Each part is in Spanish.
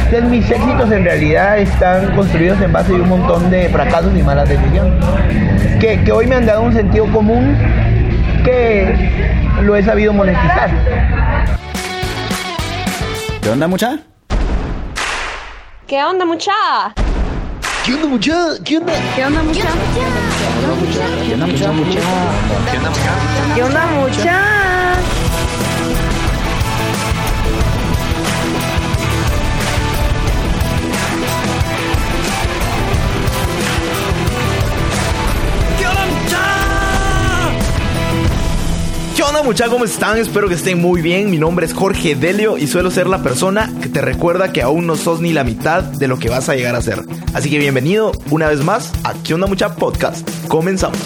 Entonces mis éxitos en realidad están construidos en base de un montón de fracasos y malas decisiones que hoy me han dado un sentido común que lo he sabido monetizar. ¿Qué onda, mucha? ¿Qué onda, mucha? ¿Qué onda, mucha? ¿Qué onda? ¿Qué onda, mucha? ¿Qué onda, mucha? ¿Qué onda, mucha? ¿Qué onda, muchachos? ¿Cómo están? Espero que estén muy bien. Mi nombre es Jorge Delio y suelo ser la persona que te recuerda que aún no sos ni la mitad de lo que vas a llegar a ser. Así que bienvenido una vez más a ¿Qué onda, mucha? Podcast. Comenzamos.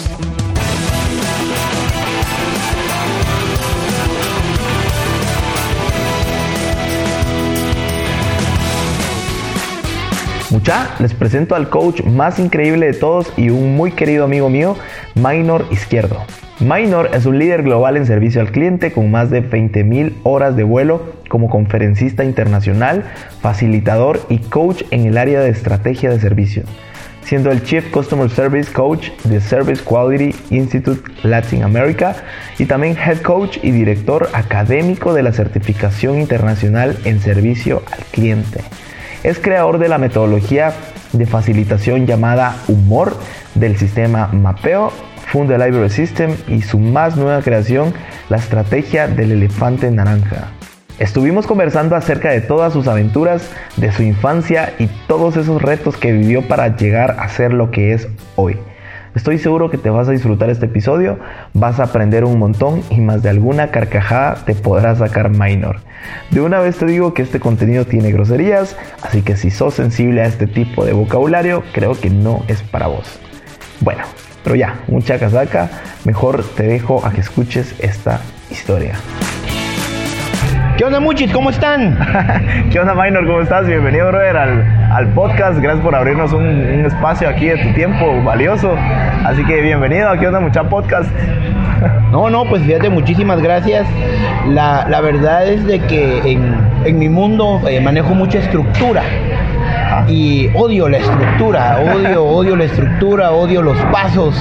Mucha, les presento al coach más increíble de todos y un muy querido amigo mío, Maynor Izquierdo. Maynor es un líder global en servicio al cliente con más de 20,000 horas de vuelo como conferencista internacional, facilitador y coach en el área de estrategia de servicio, siendo el Chief Customer Service Coach de Service Quality Institute Latin America y también Head Coach y Director Académico de la Certificación Internacional en Servicio al Cliente. Es creador de la metodología de facilitación llamada Humor del sistema Mapeo, Funda Library System y su más nueva creación, la estrategia del elefante naranja. Estuvimos conversando acerca de todas sus aventuras, de su infancia y todos esos retos que vivió para llegar a ser lo que es hoy. Estoy seguro que te vas a disfrutar este episodio, vas a aprender un montón y más de alguna carcajada te podrá sacar Maynor. De una vez te digo que este contenido tiene groserías, así que si sos sensible a este tipo de vocabulario, creo que no es para vos. Bueno, pero ya, mucha casaca, mejor te dejo a que escuches esta historia. ¿Qué onda, muchis? ¿Cómo están? ¿Qué onda, Maynor? ¿Cómo estás? Bienvenido, brother, al podcast. Gracias por abrirnos un espacio aquí de tu tiempo valioso. Así que bienvenido a ¿Qué onda, mucha? Podcast. No, pues fíjate, muchísimas gracias. La verdad es de que en mi mundo manejo mucha estructura. Y odio la estructura, odio la estructura, odio los pasos,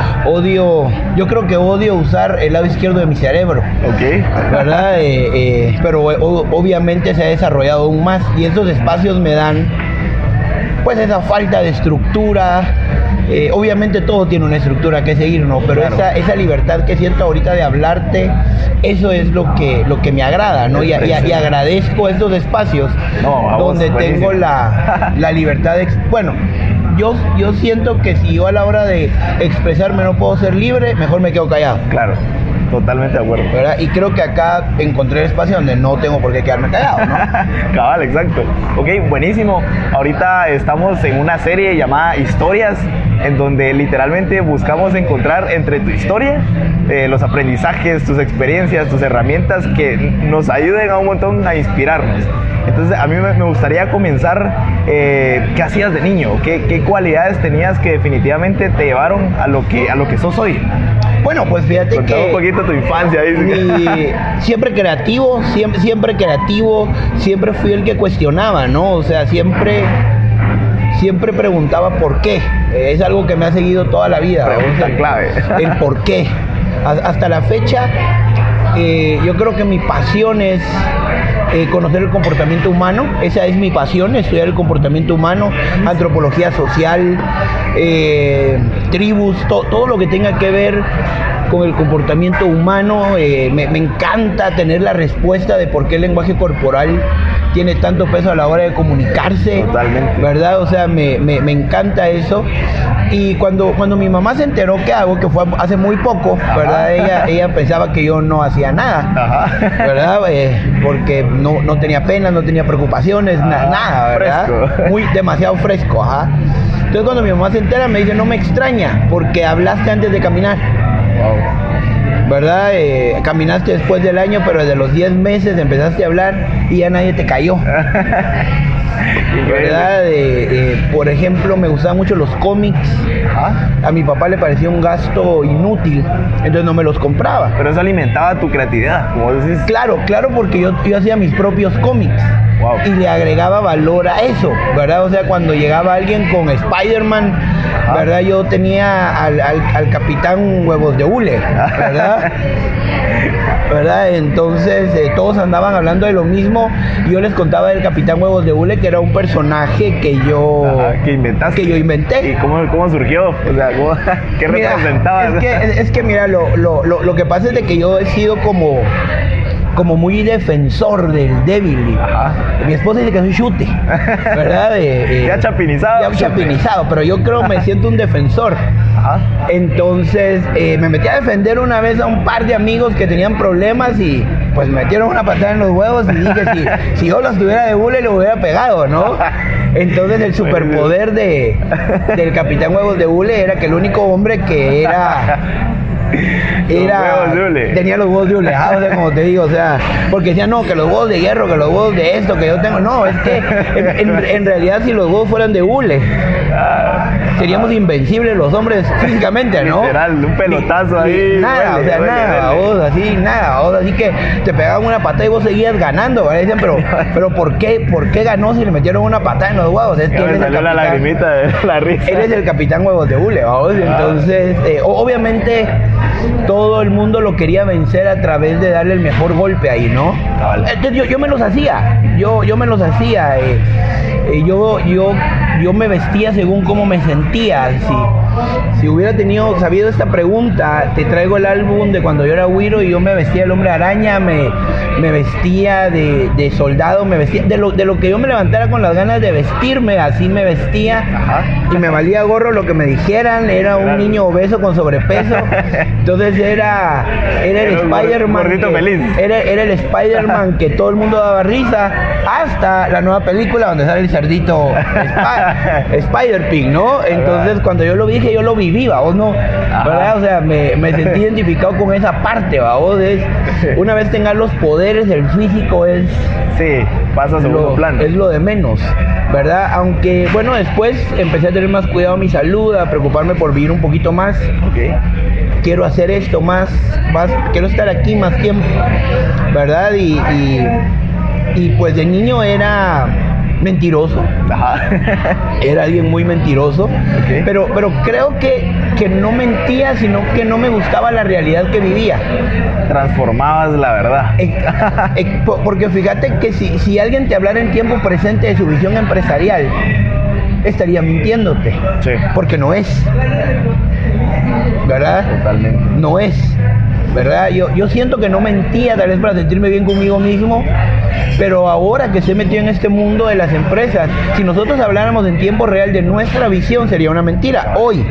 yo creo que odio usar el lado izquierdo de mi cerebro. Ok. ¿Verdad? Pero obviamente se ha desarrollado aún más y estos espacios me dan pues esa falta de estructura. Obviamente todo tiene una estructura que seguir, ¿no? Pero claro, esa libertad que siento ahorita de hablarte, eso es lo que me agrada, ¿no? Y agradezco estos espacios donde tengo la libertad de... Bueno, yo siento que si yo a la hora de expresarme no puedo ser libre, mejor me quedo callado. Claro. Totalmente de acuerdo. ¿Verdad? Y creo que acá encontré el espacio donde no tengo por qué quedarme callado, ¿no? Cabal, exacto. Ok, buenísimo. Ahorita estamos en una serie llamada Historias, en donde literalmente buscamos encontrar entre tu historia, los aprendizajes, tus experiencias, tus herramientas que nos ayuden a un montón a inspirarnos. Entonces a mí me gustaría comenzar, ¿qué hacías de niño? ¿Qué cualidades tenías que definitivamente te llevaron a lo que sos hoy? Bueno, pues fíjate contá que... un poquito tu infancia. Siempre creativo, siempre fui el que cuestionaba, ¿no? O sea, siempre preguntaba por qué. Es algo que me ha seguido toda la vida. Pregunta clave. El por qué. Hasta la fecha, yo creo que mi pasión es conocer el comportamiento humano. Esa es mi pasión, estudiar el comportamiento humano, antropología social, tribus, todo lo que tenga que ver con el comportamiento humano. Me encanta tener la respuesta de por qué el lenguaje corporal tiene tanto peso a la hora de comunicarse. Totalmente. ¿Verdad? O sea, me encanta eso. Y cuando mi mamá se enteró que hago, que fue hace muy poco, ¿verdad? Ella pensaba que yo no hacía nada, ¿verdad? Porque no tenía pena, no tenía preocupaciones, nada, ¿verdad? Fresco. Demasiado fresco, ajá. Entonces cuando mi mamá se entera me dice, no me extraña, porque hablaste antes de caminar. Wow. ¿Verdad? Caminaste después del año, pero desde los 10 meses empezaste a hablar y ya nadie te cayó. ¿Verdad? Por ejemplo, me gustaban mucho los cómics. A mi papá le parecía un gasto inútil, entonces no me los compraba. Pero eso alimentaba tu creatividad, como decís. Claro, porque yo hacía mis propios cómics. Wow. y le agregaba valor a eso, ¿verdad? O sea, cuando llegaba alguien con Spider-Man, ¿verdad? Yo tenía al Capitán Huevos de Hule, ¿verdad? ¿Verdad? Entonces todos andaban hablando de lo mismo y yo les contaba del Capitán Huevos de Hule, que era un personaje que yo inventaste. que yo inventé. ¿Y cómo surgió? O sea, ¿qué representaba? Es que mira, lo que pasa es de que yo he sido como muy defensor del débil. Mi esposa dice que soy chute, ¿verdad? Ya chapinizado. Ya chapinizado, pero yo creo me siento un defensor. Entonces me metí a defender una vez a un par de amigos que tenían problemas y pues me metieron una patada en los huevos y dije si yo los tuviera de hule le hubiera pegado, ¿no? Entonces el superpoder del Capitán Huevos de Hule era que el único hombre que tenía los huevos de hule, o sea, como te digo, o sea, porque decían, no, que los huevos de hierro, que los huevos de esto, que yo tengo, no, es que en realidad si los huevos fueran de hule, seríamos invencibles los hombres físicamente, ¿no? Literal, un pelotazo ahí. Nada, o sea, nada, vos así que te pegaban una patada y vos seguías ganando, ¿verdad? Decían, pero ¿por qué ganó si le metieron una patada en los huevos? Es que me salió la lagrimita de la risa. Eres el Capitán Huevos de Hule, ¿vamos? Entonces, obviamente todo el mundo lo quería vencer a través de darle el mejor golpe ahí, ¿no? Entonces yo me los hacía, yo me los hacía, yo me vestía según cómo me sentía. Si hubiera sabido esta pregunta, te traigo el álbum de cuando yo era güiro y yo me vestía del Hombre Araña, me vestía de soldado, me vestía de lo que yo me levantara con las ganas de vestirme, así me vestía. Y me valía gorro lo que me dijeran. Era un niño obeso con sobrepeso, entonces era el Spider-Man gordito feliz. Era el Spider-Man que todo el mundo daba risa, hasta la nueva película donde sale el cerdito Spider-Pig, ¿no? Entonces cuando yo lo vi, yo lo viví, vos no, ¿verdad? O sea, me sentí identificado con esa parte, vos. Una vez tengas los poderes, el físico pasa a segundo plano. Es lo de menos, ¿verdad? Aunque, bueno, después empecé a tener más cuidado a mi salud, a preocuparme por vivir un poquito más. Quiero hacer esto más, quiero estar aquí más tiempo, ¿verdad? Y pues de niño era mentiroso. Era alguien muy mentiroso. Pero creo que no mentía, sino que no me gustaba la realidad que vivía. Transformabas la verdad. Porque fíjate que si alguien te hablara en tiempo presente de su visión empresarial, estaría mintiéndote. Porque no es, ¿verdad? Totalmente. No es, ¿verdad? Yo siento que no mentía, tal vez para sentirme bien conmigo mismo. Pero ahora que se metió en este mundo de las empresas, si nosotros habláramos en tiempo real de nuestra visión, sería una mentira. Hoy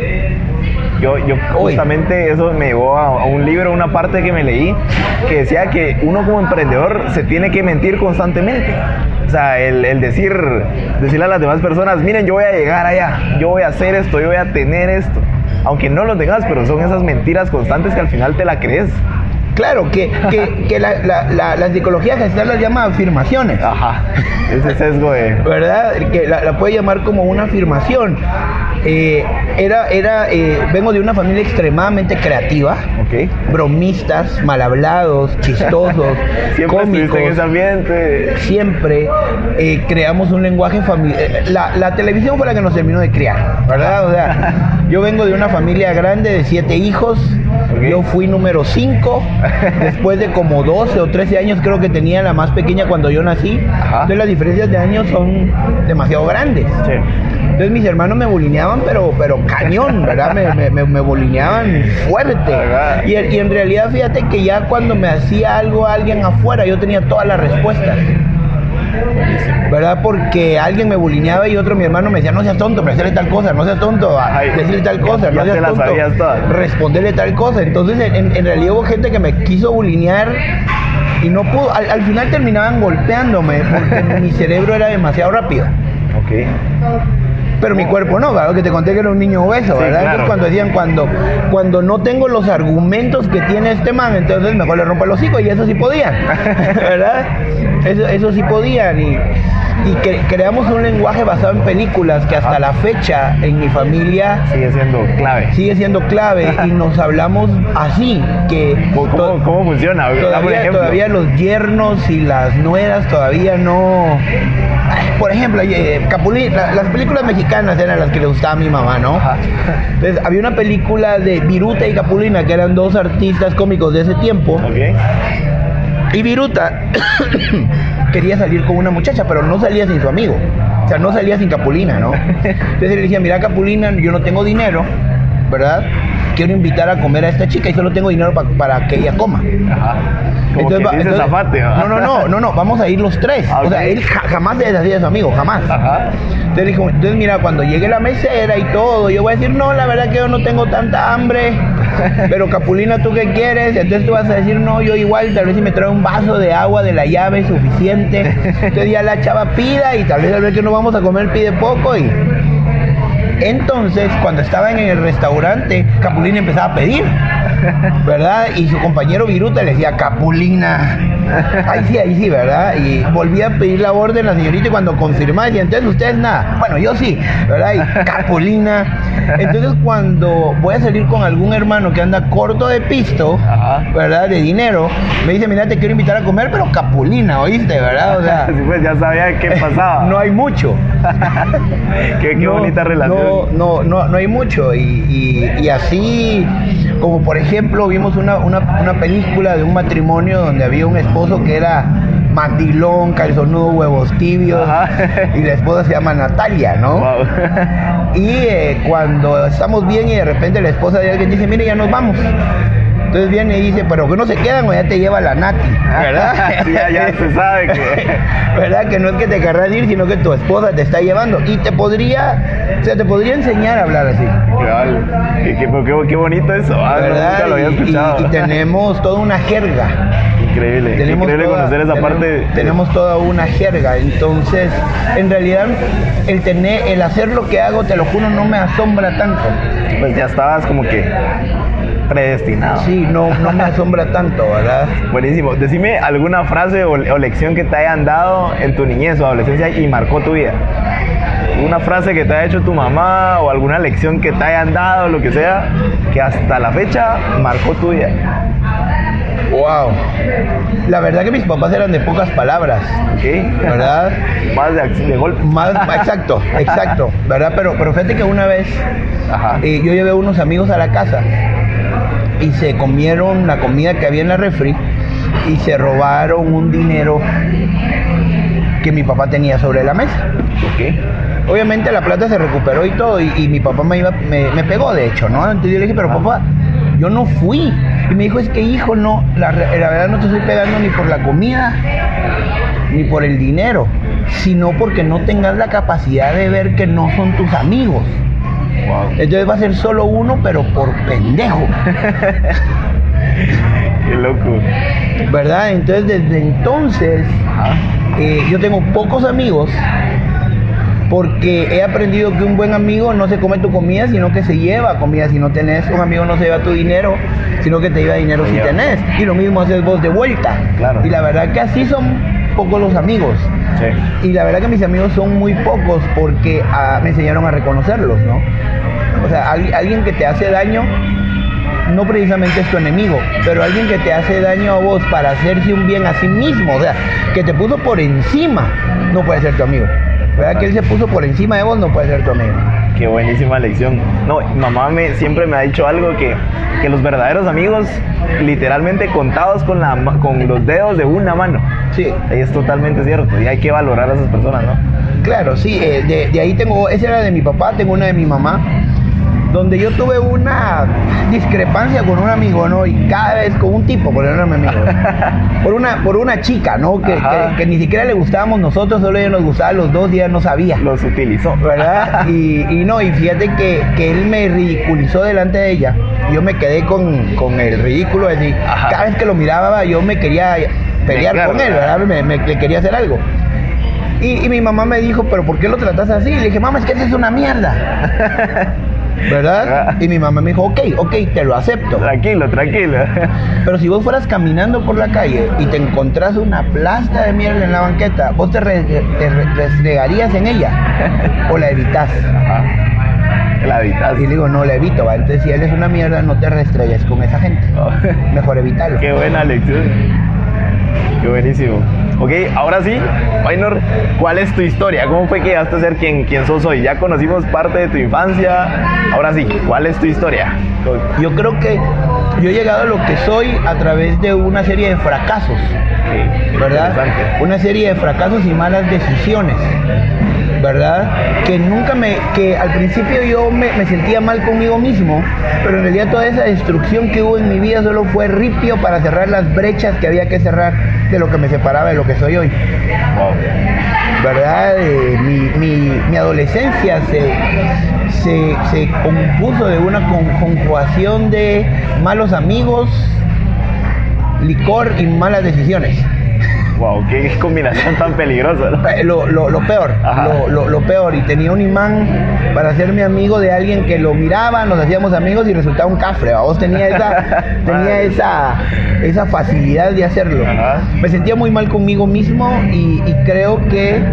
justamente eso me llevó a un libro, una parte que me leí, que decía que uno como emprendedor se tiene que mentir constantemente. O sea, el decirle a las demás personas, miren, yo voy a llegar allá, yo voy a hacer esto, yo voy a tener esto. Aunque no lo tengas, pero son esas mentiras constantes que al final te la crees. Claro, que la psicología gestal las llama afirmaciones. Ese sesgo de... ¿Verdad? Que la puede llamar como una afirmación. Vengo de una familia extremadamente creativa. Bromistas, mal hablados, chistosos, siempre cómicos. En ese ambiente. Siempre creamos un lenguaje familiar. La televisión fue la que nos terminó de criar, ¿verdad? O sea, yo vengo de una familia grande de 7 hijos. Yo fui número 5. Después de como 12 o 13 años creo que tenía la más pequeña cuando yo nací. Entonces las diferencias de años son demasiado grandes. Entonces mis hermanos me bulineaban, pero cañón, ¿verdad? Me bulineaban fuerte. Y en realidad fíjate que ya cuando me hacía algo alguien afuera, yo tenía todas las respuestas, ¿verdad? Porque alguien me bulineaba y mi hermano me decía, no seas tonto, pero hacerle tal cosa, no seas tonto, decirle tal cosa, no seas tonto, responderle tal cosa. Entonces en realidad hubo gente que me quiso bulinear y no pudo, al final terminaban golpeándome porque mi cerebro era demasiado rápido. Pero mi cuerpo no, ¿verdad? Que te conté que era un niño obeso, ¿verdad? Claro. Entonces cuando decían, cuando no tengo los argumentos que tiene este man, entonces mejor le rompo el hocico, y eso sí podían, ¿verdad? Eso sí podían, Y creamos un lenguaje basado en películas que hasta la fecha en mi familia sigue siendo clave y nos hablamos así, que ¿Cómo funciona? Todavía los yernos y las nueras todavía no. Por ejemplo, las películas mexicanas eran las que le gustaba a mi mamá, ¿no? Ajá. Entonces había una película de Viruta y Capulina, que eran dos artistas cómicos de ese tiempo. Okay. Y Viruta quería salir con una muchacha, pero no salía sin su amigo. O sea, no salía sin Capulina, ¿no? Entonces le decía, mira, Capulina, yo no tengo dinero, ¿verdad? Quiero invitar a comer a esta chica y solo tengo dinero para que ella coma. Ajá. Como entonces, Zafate, ¿no? No, vamos a ir los tres. Okay. O sea, él jamás se deshacía de su amigo, jamás. Ajá. Entonces dijo, mira, cuando llegue la mesera y todo, yo voy a decir, no, la verdad que yo no tengo tanta hambre, pero Capulina, ¿tú qué quieres? Entonces tú vas a decir, no, yo igual, tal vez si me trae un vaso de agua de la llave es suficiente. Entonces ya la chava pida y tal vez que no vamos a comer pide poco y... Entonces, cuando estaban en el restaurante, Capulina empezaba a pedir, ¿verdad? Y su compañero Viruta le decía, Capulina, ahí sí, ¿verdad? Y volvía a pedir la orden la señorita y cuando confirmaba, decía, entonces ustedes nada. Bueno, yo sí, ¿verdad? Y Capulina. Entonces, cuando voy a salir con algún hermano que anda corto de pisto, ¿verdad? De dinero, me dice, mira, te quiero invitar a comer, pero Capulina, ¿oíste? ¿Verdad? O sea, sí, pues ya sabía qué pasaba. No hay mucho. Qué bonita relación. No hay mucho y así como por ejemplo vimos una película de un matrimonio donde había un esposo que era mandilón, calzonudo, huevos tibios. Ajá. Y la esposa se llama Natalia, ¿no? Wow. Y cuando estamos bien y de repente la esposa de alguien dice, mire, ya nos vamos. Entonces viene y dice, pero que no se quedan o ya te lleva la Nati, ¿verdad? ya se sabe que... ¿Verdad? Que no es que te querrás ir, sino que tu esposa te está llevando. Y te podría enseñar a hablar así. Qué bonito eso. ¿Verdad? Nunca lo había escuchado. Y tenemos toda una jerga. Increíble conocer esa parte. Tenemos toda una jerga. Entonces, en realidad, el hacer lo que hago, te lo juro, no me asombra tanto. Pues ya estabas como que... predestinado. Sí, no me asombra tanto, ¿verdad? Buenísimo. Decime alguna frase o lección que te hayan dado en tu niñez o adolescencia y marcó tu vida. Una frase que te haya hecho tu mamá o alguna lección que te hayan dado, lo que sea, que hasta la fecha marcó tu vida. Wow. La verdad que mis papás eran de pocas palabras. Okay. ¿Verdad? Más de golpe. Exacto, ¿verdad? Pero fíjate que una vez yo llevé a unos amigos a la casa y se comieron la comida que había en la refri y se robaron un dinero que mi papá tenía sobre la mesa. Okay. Obviamente la plata se recuperó y todo y mi papá me pegó, de hecho, ¿no? Entonces yo le dije, pero papá, yo no fui. Y me dijo, es que hijo, no, la verdad no te estoy pegando ni por la comida ni por el dinero, sino porque no tengas la capacidad de ver que no son tus amigos. Wow. Entonces va a ser solo uno, pero por pendejo. Qué loco. ¿Verdad? Entonces desde entonces yo tengo pocos amigos porque he aprendido que un buen amigo no se come tu comida, sino que se lleva comida. Si no tenés, un amigo no se lleva tu dinero, sino que te lleva dinero si tenés. Y lo mismo haces vos de vuelta. Claro. Y la verdad que así son pocos los amigos. Sí. Y la verdad que mis amigos son muy pocos porque me enseñaron a reconocerlos, ¿no? O sea, alguien que te hace daño no precisamente es tu enemigo, pero alguien que te hace daño a vos para hacerse un bien a sí mismo, o sea, que te puso por encima, no puede ser tu amigo. ¿Verdad? Que él se puso por encima de vos, no puede ser tu amigo. Qué buenísima lección. No, mamá siempre me ha dicho algo que los verdaderos amigos, literalmente contados con los dedos de una mano. Sí. Es totalmente cierto y hay que valorar a esas personas, ¿no? Claro, sí. De ahí esa era de mi papá, tengo una de mi mamá, donde yo tuve una discrepancia con un amigo, ¿no? Y cada vez con un tipo, porque no era mi amigo, por una chica, ¿no? Que ni siquiera le gustábamos nosotros, solo ella nos gustaba los dos y ella no sabía. Los utilizó. ¿Verdad? Y fíjate que él me ridiculizó delante de ella. Yo me quedé con el ridículo de decir, cada vez que lo miraba yo me quería pelear con él, ¿verdad? Le quería hacer algo. Y mi mamá me dijo, ¿pero por qué lo tratas así? Y le dije, mamá, es que esa es una mierda. ¿verdad? Y mi mamá me dijo, ok, te lo acepto. Tranquilo. Pero si vos fueras caminando por la calle y te encontrás una plasta de mierda en la banqueta, ¿vos te restregarías en ella o la evitás? Ajá. La evitas. Y le digo, no la evito, ¿va? Entonces si él es una mierda, no te restregues con esa gente. Mejor evitarlo. Qué buena lección. Qué buenísimo. Ok, ahora sí, Minor, ¿cuál es tu historia? ¿Cómo fue que llegaste a ser quien sos hoy? Ya conocimos parte de tu infancia. Ahora sí, ¿cuál es tu historia? Yo creo que yo he llegado a lo que soy a través de una serie de fracasos, ¿verdad? Una serie de fracasos y malas decisiones, ¿verdad? Que al principio yo me sentía mal conmigo mismo, pero en realidad toda esa destrucción que hubo en mi vida solo fue ripio para cerrar las brechas que había que cerrar de lo que me separaba de lo que soy hoy. Wow. ¿Verdad? Mi adolescencia se compuso de una conjugación de malos amigos, licor y malas decisiones. Wow, qué combinación tan peligrosa, ¿no? Lo peor, lo peor. Y tenía un imán para ser mi amigo de alguien que lo miraba, nos hacíamos amigos y resultaba un cafre. Vos tenía esa facilidad de hacerlo. Ajá. Me sentía muy mal conmigo mismo y creo que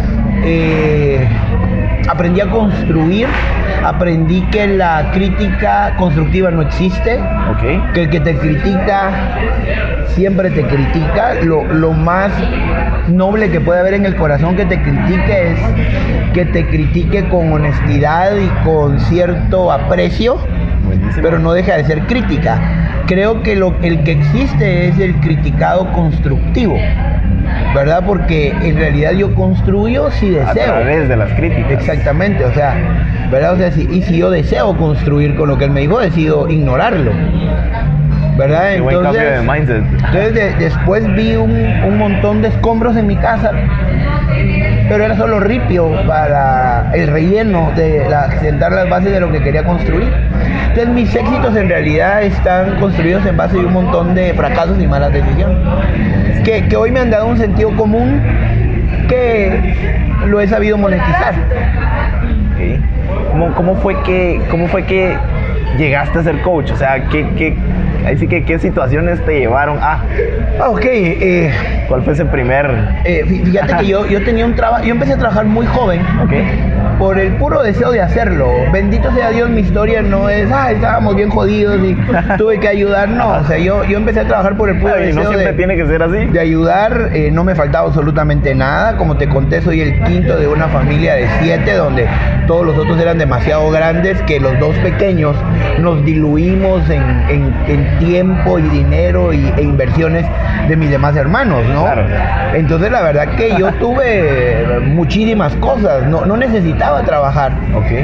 aprendí a construir. Aprendí que la crítica constructiva no existe, que el que te critica siempre te critica. Lo más noble que puede haber en el corazón que te critique es que te critique con honestidad y con cierto aprecio. Buenísimo. Pero no deja de ser crítica. Creo que el que existe es el criticado constructivo, ¿verdad? Porque en realidad yo construyo si deseo. A través de las críticas. Exactamente, o sea, ¿verdad? O sea, si yo deseo construir con lo que él me dijo, decido ignorarlo, ¿verdad? Qué buen cambio de mindset. Entonces después vi un montón de escombros en mi casa, pero era solo ripio para el relleno de sentar las bases de lo que quería construir. Entonces mis éxitos en realidad están construidos en base de un montón de fracasos y malas decisiones que hoy me han dado un sentido común que lo he sabido monetizar. Okay. ¿Cómo fue que llegaste a ser coach? O sea, ¿qué situaciones te llevaron a? ¿Cuál fue ese primer? Fíjate que yo tenía un trabajo, yo empecé a trabajar muy joven. Por el puro deseo de hacerlo. Bendito sea Dios, mi historia no es, estábamos bien jodidos y tuve que ayudar, no. O sea, yo empecé a trabajar por el puro deseo no siempre tiene que ser así. De ayudar. No me faltaba absolutamente nada. Como te conté, soy el quinto de una familia de 7, donde todos los otros eran demasiado grandes, que los 2 pequeños nos diluimos en tiempo y dinero e inversiones de mis demás hermanos, ¿no? Claro. Entonces la verdad que yo tuve muchísimas cosas, no necesitaba trabajar.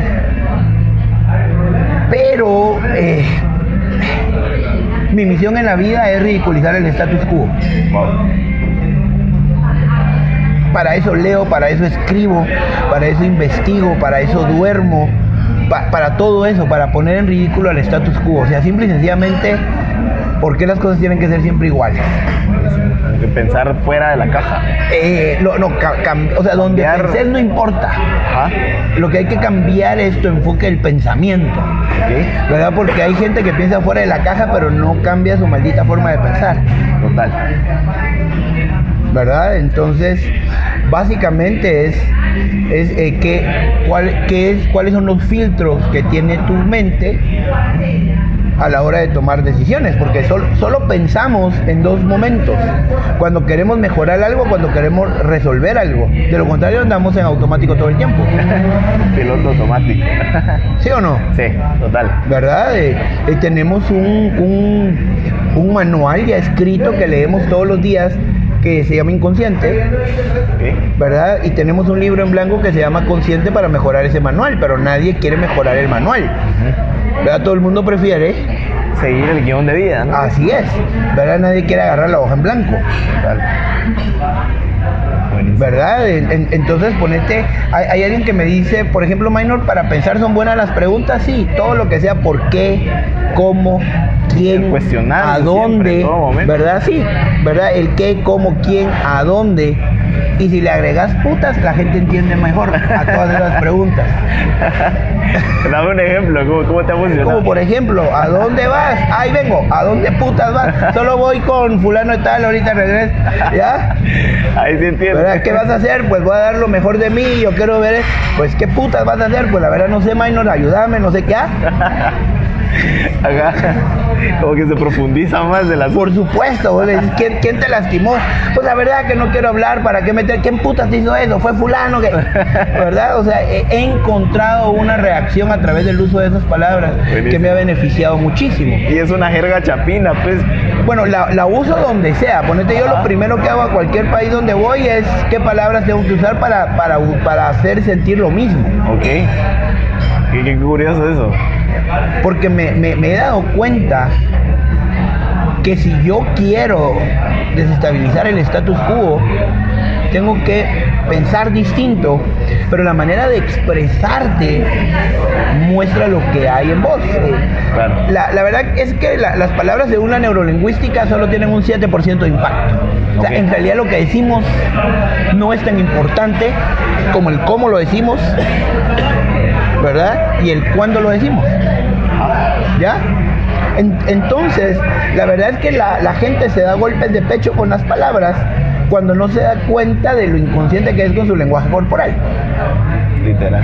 Pero mi misión en la vida es ridiculizar el status quo. Para eso leo, para eso escribo, para eso investigo, para eso duermo, para todo eso, para poner en ridículo al status quo. O sea, simple y sencillamente, ¿por qué las cosas tienen que ser siempre iguales? Pensar fuera de la caja. O sea, donde pensés no importa. Ajá. Lo que hay que cambiar es tu enfoque del pensamiento. ¿Verdad? Porque hay gente que piensa fuera de la caja, pero no cambia su maldita forma de pensar. Total. ¿Verdad? Entonces, básicamente cuáles son los filtros que tiene tu mente a la hora de tomar decisiones, porque solo pensamos en 2 momentos: cuando queremos mejorar algo, cuando queremos resolver algo. De lo contrario, andamos en automático todo el tiempo. Piloto automático. ¿Sí o no? Sí, total. ¿Verdad? Tenemos un manual ya escrito que leemos todos los días, que se llama Inconsciente, ¿verdad? Y tenemos un libro en blanco que se llama Consciente para mejorar ese manual, pero nadie quiere mejorar el manual, ¿verdad? Todo el mundo prefiere seguir el guión de vida, ¿no? Así es, ¿verdad? Nadie quiere agarrar la hoja en blanco, ¿verdad? Entonces ponete, hay alguien que me dice, por ejemplo, Minor, para pensar son buenas las preguntas, sí, todo lo que sea por qué, cómo, quién, a dónde, ¿verdad? Sí, ¿verdad? El qué, cómo, quién, a dónde, Y si le agregas putas, la gente entiende mejor a todas esas preguntas. Dame un ejemplo, ¿cómo te ha funcionado? Como por ejemplo, ¿a dónde vas? Ahí vengo. ¿A dónde putas vas? Solo voy con fulano y tal, ahorita regreso. ¿Ya? Ahí sí entiendo. ¿Verdad? ¿Qué vas a hacer? Pues voy a dar lo mejor de mí, yo quiero ver, pues ¿qué putas vas a hacer? Pues la verdad no sé, Minor, ayúdame, no sé qué. Acá, como que se profundiza más de las... Por supuesto, vos le dices, ¿quién te lastimó? Pues la verdad que no quiero hablar, ¿para qué meter? ¿Quién putas te hizo eso? ¿Fue fulano? ¿Qué? ¿Verdad? O sea, he encontrado una reacción a través del uso de esas palabras que me ha beneficiado muchísimo. Y es una jerga chapina, pues. Bueno, la uso donde sea. Ponete, yo lo primero que hago a cualquier país donde voy es qué palabras tengo que usar para hacer sentir lo mismo. Ok. Qué curioso eso. Porque me he dado cuenta que si yo quiero desestabilizar el status quo, tengo que pensar distinto, pero la manera de expresarte muestra lo que hay en vos. Claro. La verdad es que las palabras de una neurolingüística solo tienen un 7% de impacto. O sea, en realidad lo que decimos no es tan importante como el cómo lo decimos, ¿verdad? Y el cuándo lo decimos. ¿Ya? Entonces, la verdad es que la gente se da golpes de pecho con las palabras cuando no se da cuenta de lo inconsciente que es con su lenguaje corporal. Literal.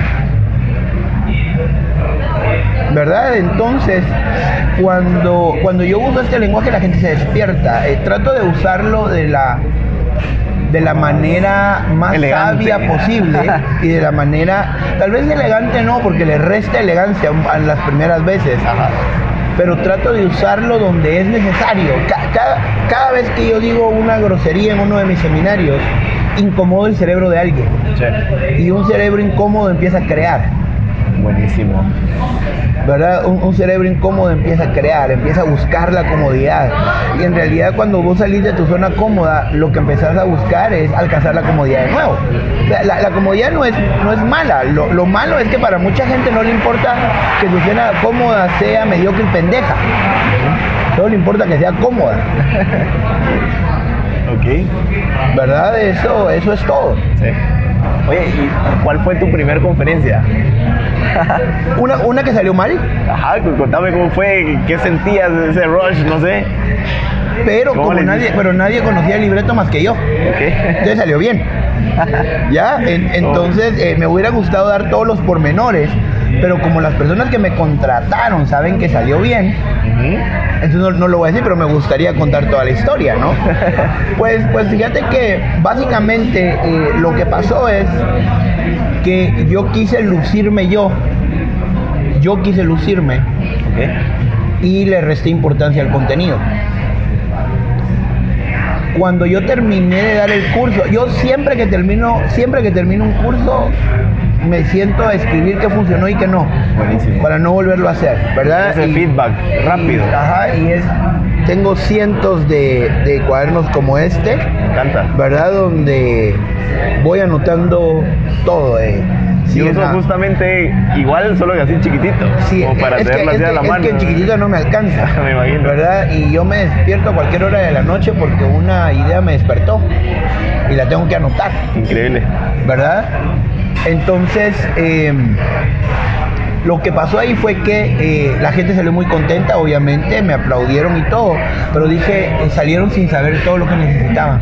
¿Verdad? Entonces, cuando yo uso este lenguaje, la gente se despierta. Trato de usarlo de la manera más elegante, sabia posible y de la manera, tal vez elegante no, porque le resta elegancia a las primeras veces. Ajá. Pero trato de usarlo donde es necesario. Cada vez que yo digo una grosería en uno de mis seminarios, incomodo el cerebro de alguien. Sí. Y un cerebro incómodo empieza a crear. Buenísimo. ¿Verdad? Un cerebro incómodo empieza a crear, empieza a buscar la comodidad. Y en realidad cuando vos salís de tu zona cómoda, lo que empezás a buscar es alcanzar la comodidad de nuevo. O sea, la comodidad no es mala. Lo malo es que para mucha gente no le importa que su zona cómoda sea mediocre y pendeja. Solo le importa que sea cómoda. Ok. ¿Verdad? Eso es todo. Sí. Oye, ¿y cuál fue tu primer conferencia? Una que salió mal. Ajá, contame cómo fue, qué sentías de ese rush, no sé. Pero nadie conocía el libreto más que yo. Okay. Entonces salió bien. ¿Ya? Entonces me hubiera gustado dar todos los pormenores, pero como las personas que me contrataron saben que salió bien, entonces no lo voy a decir, pero me gustaría contar toda la historia, ¿no? Pues fíjate que básicamente lo que pasó es que yo quise lucirme Okay. y le resté importancia al contenido. Cuando yo terminé de dar el curso, yo siempre que termino un curso, me siento a escribir qué funcionó y qué no. Buenísimo. Para no volverlo a hacer, ¿verdad? Ese feedback rápido. Tengo cientos de cuadernos como este. Me encanta. ¿Verdad? Donde voy anotando todo. Sí, yo uso justamente igual, solo que así chiquitito. Sí, como para tenerlo así a la mano. Es que en chiquitito no me alcanza. Me imagino. ¿Verdad? Y yo me despierto a cualquier hora de la noche porque una idea me despertó y la tengo que anotar. Increíble. ¿Verdad? Entonces, lo que pasó ahí fue que la gente salió muy contenta, obviamente, me aplaudieron y todo, pero dije, salieron sin saber todo lo que necesitaban.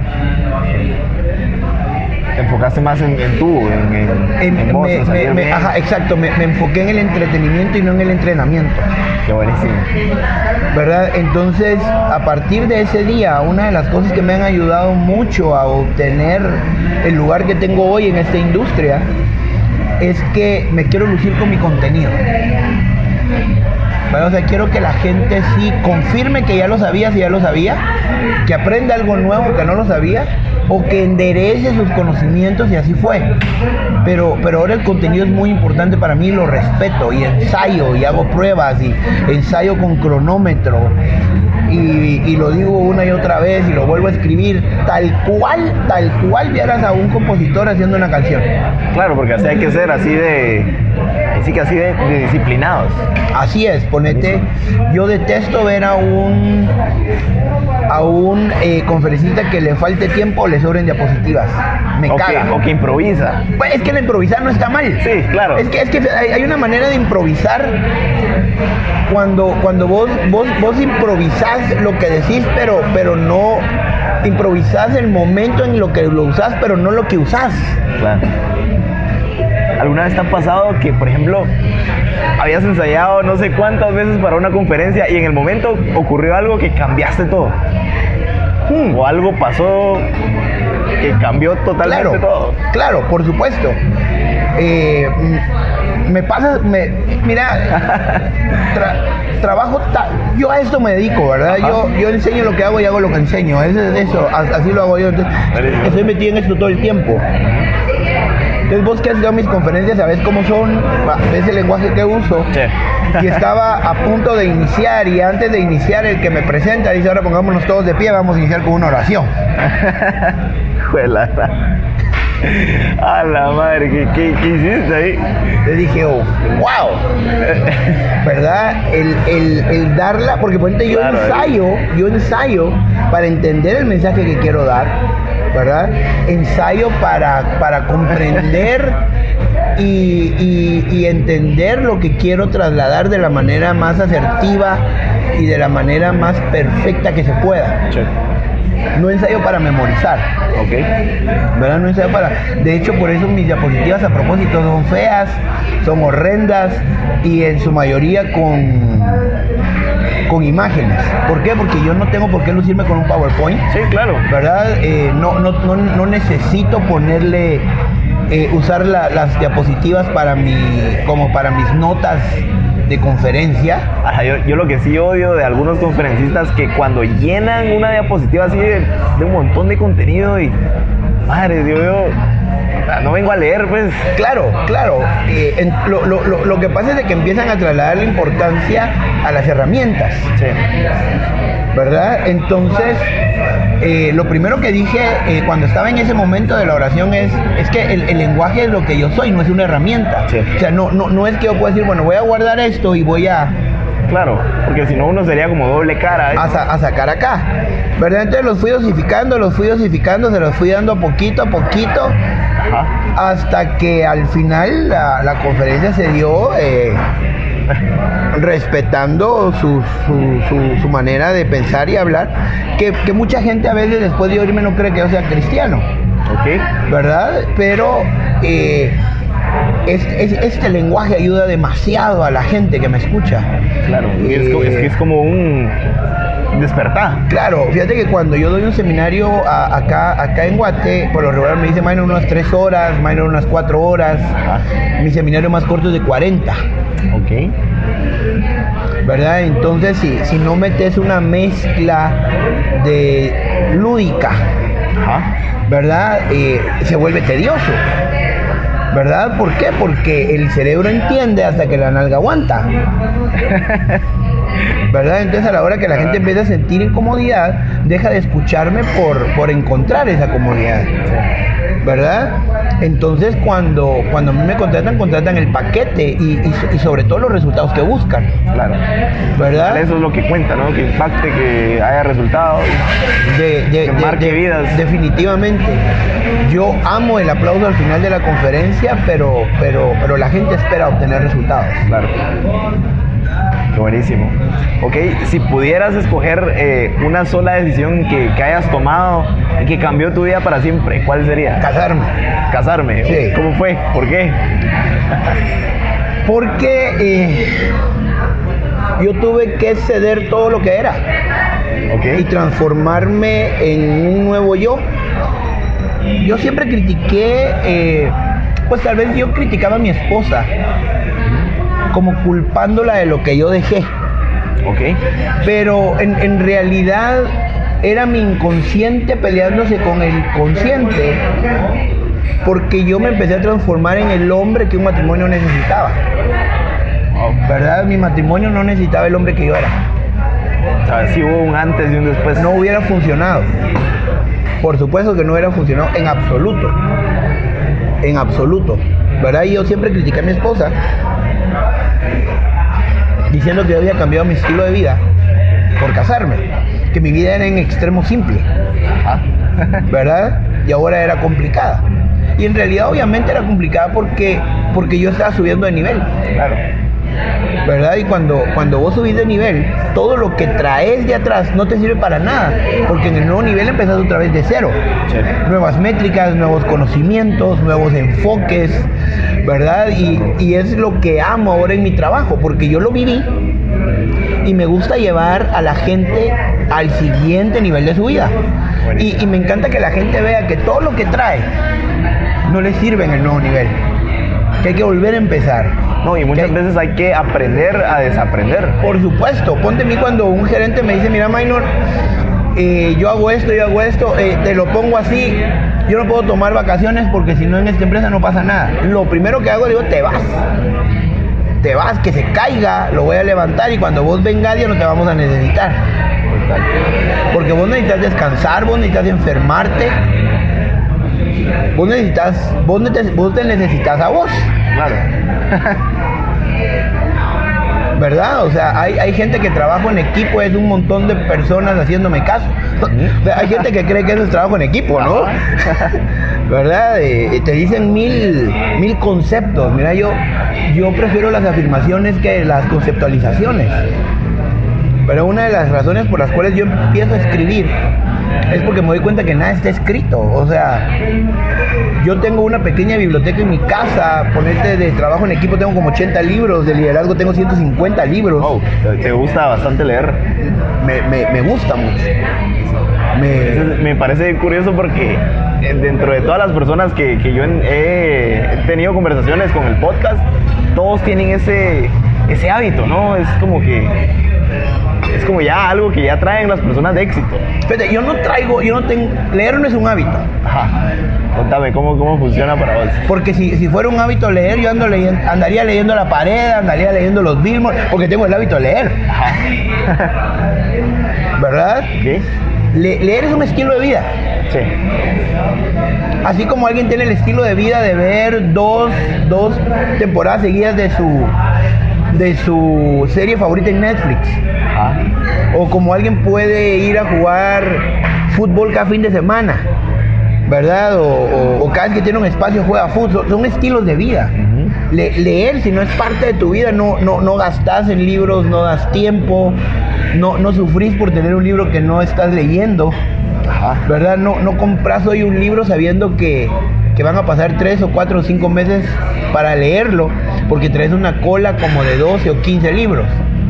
Te enfocaste más en vos, en salir bien. Ajá, exacto, me enfoqué en el entretenimiento y no en el entrenamiento. Qué buenísimo. ¿Verdad? Entonces, a partir de ese día, una de las cosas que me han ayudado mucho a obtener el lugar que tengo hoy en esta industria es que me quiero lucir con mi contenido. ¿Vale? O sea, quiero que la gente sí confirme que ya lo sabía, si ya lo sabía, que aprenda algo nuevo que no lo sabía, o que enderece sus conocimientos, y así fue. Pero ahora el contenido es muy importante para mí, lo respeto y ensayo y hago pruebas y ensayo con cronómetro y lo digo una y otra vez y lo vuelvo a escribir tal cual vieras a un compositor haciendo una canción. Claro, porque así hay que ser, así de Así que así de disciplinados. Así es, ponete, yo detesto ver a un conferencista que le falte tiempo o le sobren diapositivas. Me caga. O que improvisa. Pues es que el improvisar no está mal. Sí, claro. Es que hay una manera de improvisar cuando vos improvisás lo que decís, pero no improvisás el momento en lo que lo usás, pero no lo que usás. Claro. ¿Alguna vez te ha pasado que, por ejemplo, habías ensayado no sé cuántas veces para una conferencia y en el momento ocurrió algo que cambiaste todo? O algo pasó que cambió totalmente todo. Claro, por supuesto. Me pasa, mira, trabajo, yo a esto me dedico, ¿verdad? Yo enseño lo que hago y hago lo que enseño. Eso, así lo hago yo. Entonces, estoy metido en esto todo el tiempo. Entonces vos que has ido a mis conferencias sabes cómo son, ves el lenguaje que uso. Sí. Y estaba a punto de iniciar, y antes de iniciar el que me presenta dice, ahora pongámonos todos de pie, vamos a iniciar con una oración. Juela. A la madre, ¿qué hiciste ahí? Le dije, oh, wow, ¿verdad? El darla, porque por ejemplo yo ensayo para entender el mensaje que quiero dar, ¿verdad? Ensayo para comprender y entender lo que quiero trasladar de la manera más asertiva y de la manera más perfecta que se pueda. Sí. No ensayo para memorizar. Ok. ¿Verdad? No ensayo para... De hecho, por eso mis diapositivas a propósito son feas, son horrendas y en su mayoría con imágenes. ¿Por qué? Porque yo no tengo por qué lucirme con un PowerPoint. Sí, claro. ¿Verdad? No necesito ponerle... usar las diapositivas para mis notas de conferencia. Ajá, yo lo que sí odio de algunos conferencistas que cuando llenan una diapositiva así de un montón de contenido y madre, yo no vengo a leer, pues. Claro. Lo que pasa es de que empiezan a trasladar la importancia a las herramientas. Sí. ¿Verdad? Entonces, lo primero que dije cuando estaba en ese momento de la oración es que el lenguaje es lo que yo soy, no es una herramienta. Sí. O sea, no es que yo pueda decir, bueno, voy a guardar esto y voy a... Claro, porque si no uno sería como doble cara. A sacar acá. ¿Verdad? Entonces los fui dosificando, se los fui dando poquito a poquito. Ajá. Hasta que al final la conferencia se dio respetando su manera de pensar y hablar, que mucha gente a veces después de oírme no cree que yo sea cristiano. Ok. ¿Verdad? Pero este lenguaje ayuda demasiado a la gente que me escucha. Claro, es como un despertar. Claro, fíjate que cuando yo doy un seminario acá en Guate, por lo regular me dice minor unas 3 horas, minor unas 4 horas. Ajá. Mi seminario más corto es de 40. Ok. ¿Verdad? Entonces, si no metes una mezcla de lúdica, Ajá. ¿verdad? Se vuelve tedioso. ¿Verdad? ¿Por qué? Porque el cerebro entiende hasta que la nalga aguanta. ¿Verdad? Entonces a la hora que la gente empieza a sentir incomodidad, deja de escucharme por encontrar esa comodidad. ¿Verdad? Entonces cuando a mí me contratan el paquete y sobre todo los resultados que buscan. Claro. ¿Verdad? Eso es lo que cuenta, ¿no? Que impacte, que haya resultados, que marque vidas. Definitivamente. Yo amo el aplauso al final de la conferencia, pero la gente espera obtener resultados. Claro. Qué buenísimo. Ok, si pudieras escoger una sola decisión que hayas tomado y que cambió tu vida para siempre, ¿cuál sería? Casarme. Sí. ¿Cómo fue? ¿Por qué? Porque yo tuve que ceder todo lo que era. Okay. Y transformarme en un nuevo yo. Yo siempre critiqué, pues tal vez yo criticaba a mi esposa, como culpándola de lo que yo dejé. Okay. Pero en realidad era mi inconsciente peleándose con el consciente, porque yo me empecé a transformar en el hombre que un matrimonio necesitaba. ¿Verdad? Mi matrimonio no necesitaba el hombre que yo era. O sea, sí hubo un antes y un después. No hubiera funcionado. Por supuesto que no hubiera funcionado en absoluto. En absoluto. ¿Verdad? Y yo siempre critiqué a mi esposa diciendo que yo había cambiado mi estilo de vida por casarme, que mi vida era en extremo simple, ¿verdad? Y ahora era complicada. Y en realidad obviamente era complicada porque yo estaba subiendo de nivel. Claro. ¿Verdad? Y cuando vos subís de nivel, todo lo que traes de atrás no te sirve para nada, porque en el nuevo nivel empezás otra vez de cero. Sí. Nuevas métricas, nuevos conocimientos, nuevos enfoques, ¿verdad? Y es lo que amo ahora en mi trabajo, porque yo lo viví y me gusta llevar a la gente al siguiente nivel de su vida. Y me encanta que la gente vea que todo lo que trae no le sirve en el nuevo nivel, que hay que volver a empezar. No, y muchas veces hay que aprender a desaprender. Por supuesto, ponte a mí cuando un gerente me dice, mira Minor, yo hago esto, te lo pongo así, yo no puedo tomar vacaciones porque si no en esta empresa no pasa nada. Lo primero que hago, digo, te vas, que se caiga, lo voy a levantar y cuando vos vengas ya no te vamos a necesitar. Porque vos necesitas descansar, vos necesitas enfermarte, vos te necesitas a vos. Claro. ¿Verdad? O sea, hay gente que trabaja en equipo, es un montón de personas haciéndome caso. O sea, hay gente que cree que eso es trabajo en equipo, ¿no? ¿Verdad? Te dicen mil conceptos. Mira, yo prefiero las afirmaciones que las conceptualizaciones. Pero una de las razones por las cuales yo empiezo a escribir es porque me doy cuenta que nada está escrito. O sea, yo tengo una pequeña biblioteca en mi casa, ponerte de trabajo en equipo tengo como 80 libros, de liderazgo tengo 150 libros. Wow, te gusta bastante leer. Me gusta mucho. Me parece curioso porque dentro de todas las personas que yo he tenido conversaciones con el podcast, todos tienen ese hábito, ¿no? Es como ya algo que ya traen las personas de éxito. Fíjate, leer no es un hábito. Ajá. Contame, ¿cómo funciona para vos? Porque si fuera un hábito leer, yo andaría leyendo la pared, andaría leyendo los Billboard, porque tengo el hábito de leer. Ajá. ¿Verdad? ¿Qué? Leer es un estilo de vida. Sí. Así como alguien tiene el estilo de vida de ver dos temporadas seguidas de su serie favorita en Netflix. Ajá. O como alguien puede ir a jugar fútbol cada fin de semana, ¿verdad? O cada vez que tiene un espacio juega fútbol. Son estilos de vida. Uh-huh. Leer, si no es parte de tu vida, no gastas en libros, no das tiempo, no sufrís por tener un libro que no estás leyendo. Ajá. ¿Verdad? No compras hoy un libro sabiendo que van a pasar 3 o 4 o 5 meses para leerlo, porque traes una cola como de 12 o 15 libros.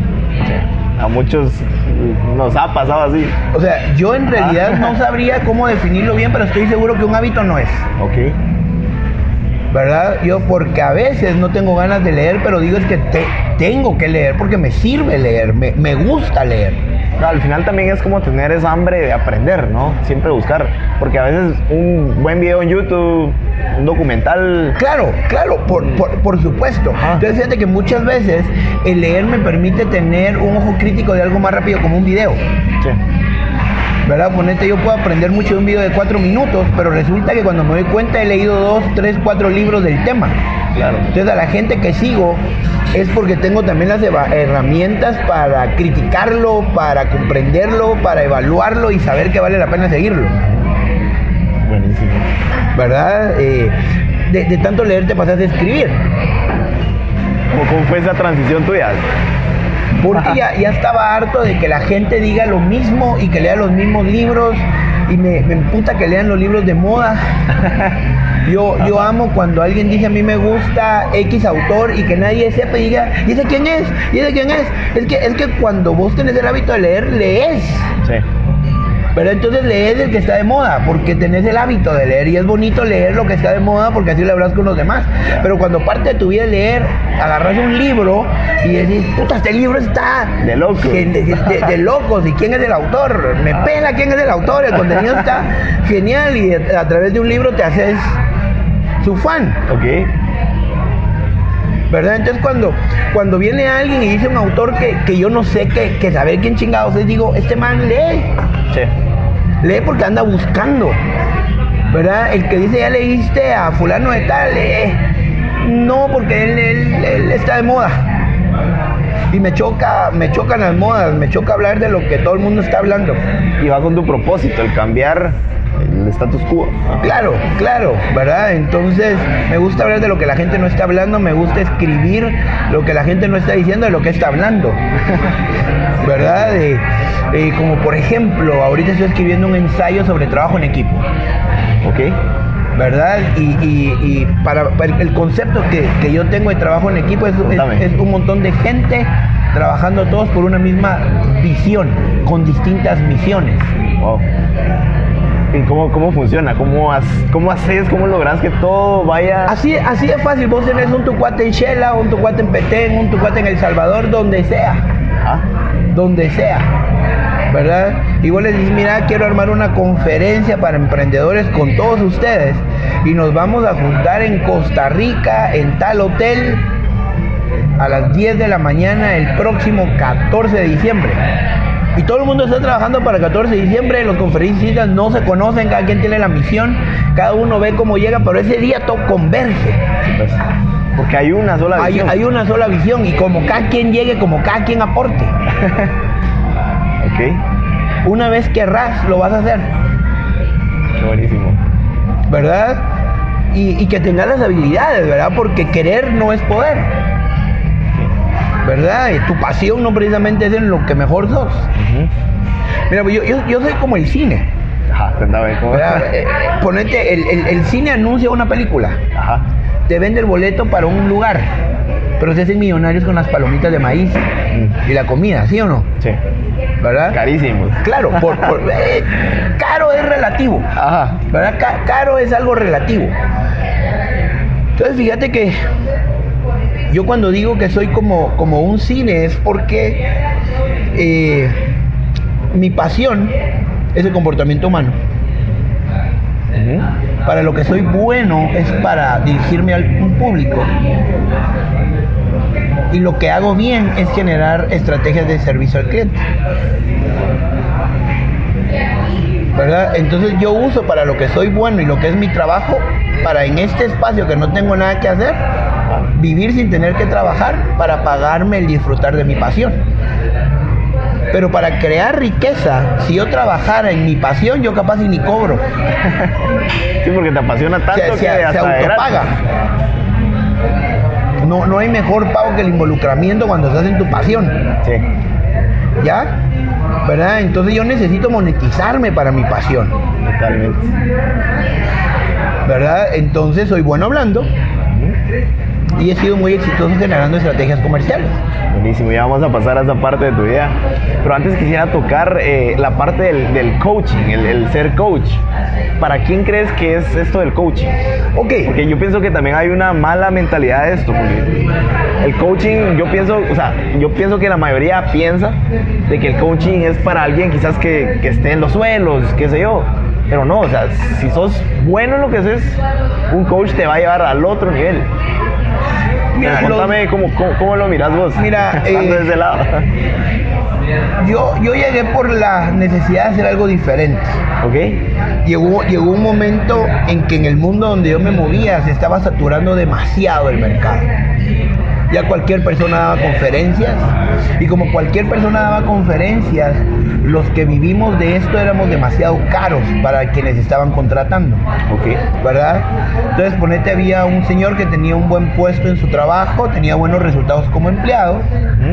A muchos nos ha pasado así. O sea, yo en realidad no sabría cómo definirlo bien, pero estoy seguro que un hábito no es. Ok. ¿Verdad? Porque a veces no tengo ganas de leer, pero digo es que tengo que leer porque me sirve leer, me gusta leer. Al final también es como tener esa hambre de aprender, ¿no? Siempre buscar, porque a veces un buen video en YouTube, un documental... Claro, por supuesto. Ajá. Entonces fíjate que muchas veces el leer me permite tener un ojo crítico de algo más rápido como un video. Sí. ¿Verdad? Ponete, yo puedo aprender mucho de un video de 4 minutos, pero resulta que cuando me doy cuenta he leído 2, 3, 4 libros del tema. Claro. Entonces a la gente que sigo es porque tengo también las herramientas para criticarlo, para comprenderlo, para evaluarlo y saber que vale la pena seguirlo. Buenísimo. ¿Verdad? De tanto leer te pasas a escribir. ¿Cómo fue esa transición tuya? Porque ya estaba harto de que la gente diga lo mismo y que lea los mismos libros y me emputa que lean los libros de moda. Yo amo cuando alguien dice a mí me gusta X autor y que nadie sepa y diga, ¿y ese quién es? ¿Y ese quién es? Es que cuando vos tenés el hábito de leer, lees. Sí. Pero entonces lees el que está de moda, porque tenés el hábito de leer y es bonito leer lo que está de moda porque así le hablas con los demás. Pero cuando parte de tu vida es leer, agarras un libro y decís, puta, este libro está de locos. De locos. ¿Y quién es el autor? Me pela quién es el autor. El contenido está genial y a través de un libro te haces su fan. Ok. ¿Verdad? Entonces cuando viene alguien y dice un autor que yo no sé que saber quién chingados es, digo, este man lee. Sí. Lee porque anda buscando. ¿Verdad? El que dice, ya leíste a fulano de tal, lee. No, porque él está de moda. Y me chocan las modas, me choca hablar de lo que todo el mundo está hablando. Y va con tu propósito, el cambiar el status quo. Claro, ¿verdad? Entonces me gusta hablar de lo que la gente no está hablando, me gusta escribir lo que la gente no está diciendo de lo que está hablando, ¿verdad? Como por ejemplo, ahorita estoy escribiendo un ensayo sobre trabajo en equipo. Ok. ¿Verdad? Y para el concepto que yo tengo de trabajo en equipo es un montón de gente trabajando todos por una misma visión, con distintas misiones. Wow. ¿Y cómo funciona? ¿Cómo haces? ¿Cómo logras que todo vaya? Así de fácil. Vos tenés un tucuate en Shela, un tucuate en Petén, un tucuate en El Salvador, donde sea. Donde sea. ¿Verdad? Y vos les dices, mira, quiero armar una conferencia para emprendedores con todos ustedes y nos vamos a juntar en Costa Rica, en tal hotel, a las 10 de la mañana el próximo 14 de diciembre. Y todo el mundo está trabajando para el 14 de diciembre, los conferencistas no se conocen, cada quien tiene la misión, cada uno ve cómo llega, pero ese día todo converge. Pues, porque hay una sola visión. Hay una sola visión y como cada quien llegue, como cada quien aporte. Ok. Una vez querrás, lo vas a hacer. Qué buenísimo. ¿Verdad? Y que tengas las habilidades, ¿verdad? Porque querer no es poder. ¿Verdad? Y tu pasión no precisamente es en lo que mejor sos. Mira, yo soy como el cine. Ajá, cuéntame cómo. Ponete, el cine anuncia una película. Ajá. Te vende el boleto para un lugar, pero se hacen millonarios con las palomitas de maíz y la comida, ¿sí o no? Sí. ¿Verdad? Carísimos. Claro, caro es relativo. Ajá. ¿Verdad? Caro es algo relativo. Entonces fíjate que yo cuando digo que soy como un cine es porque mi pasión es el comportamiento humano. Para lo que soy bueno es para dirigirme a un público. Y lo que hago bien es generar estrategias de servicio al cliente. ¿Verdad? Entonces yo uso para lo que soy bueno y lo que es mi trabajo, para en este espacio que no tengo nada que hacer, vivir sin tener que trabajar para pagarme el disfrutar de mi pasión. Pero para crear riqueza, si yo trabajara en mi pasión, yo capaz y ni cobro. Sí, porque te apasiona tanto que se autopaga. No hay mejor pago que el involucramiento cuando estás en tu pasión. Sí. ¿Ya? ¿Verdad? Entonces yo necesito monetizarme para mi pasión. Totalmente. ¿Verdad? Entonces soy bueno hablando y he sido muy exitoso generando estrategias comerciales. Buenísimo, ya vamos a pasar a esa parte de tu vida. Pero antes quisiera tocar la parte del coaching, el ser coach. ¿Para quién crees que es esto del coaching? Ok. Porque yo pienso que también hay una mala mentalidad de esto. Porque el coaching, yo pienso que la mayoría piensa de que el coaching es para alguien quizás que esté en los suelos, qué sé yo. Pero no, o sea, si sos bueno en lo que haces, un coach te va a llevar al otro nivel. Mira, contame cómo lo miras vos. Mira, de ese lado. Yo llegué por la necesidad de hacer algo diferente. Ok. Llegó un momento en que en el mundo donde yo me movía se estaba saturando demasiado el mercado. Ya cualquier persona daba conferencias y como cualquier persona daba conferencias, los que vivimos de esto éramos demasiado caros para quienes estaban contratando. Ok. ¿Verdad? Entonces, ponete, había un señor que tenía un buen puesto en su trabajo, tenía buenos resultados como empleado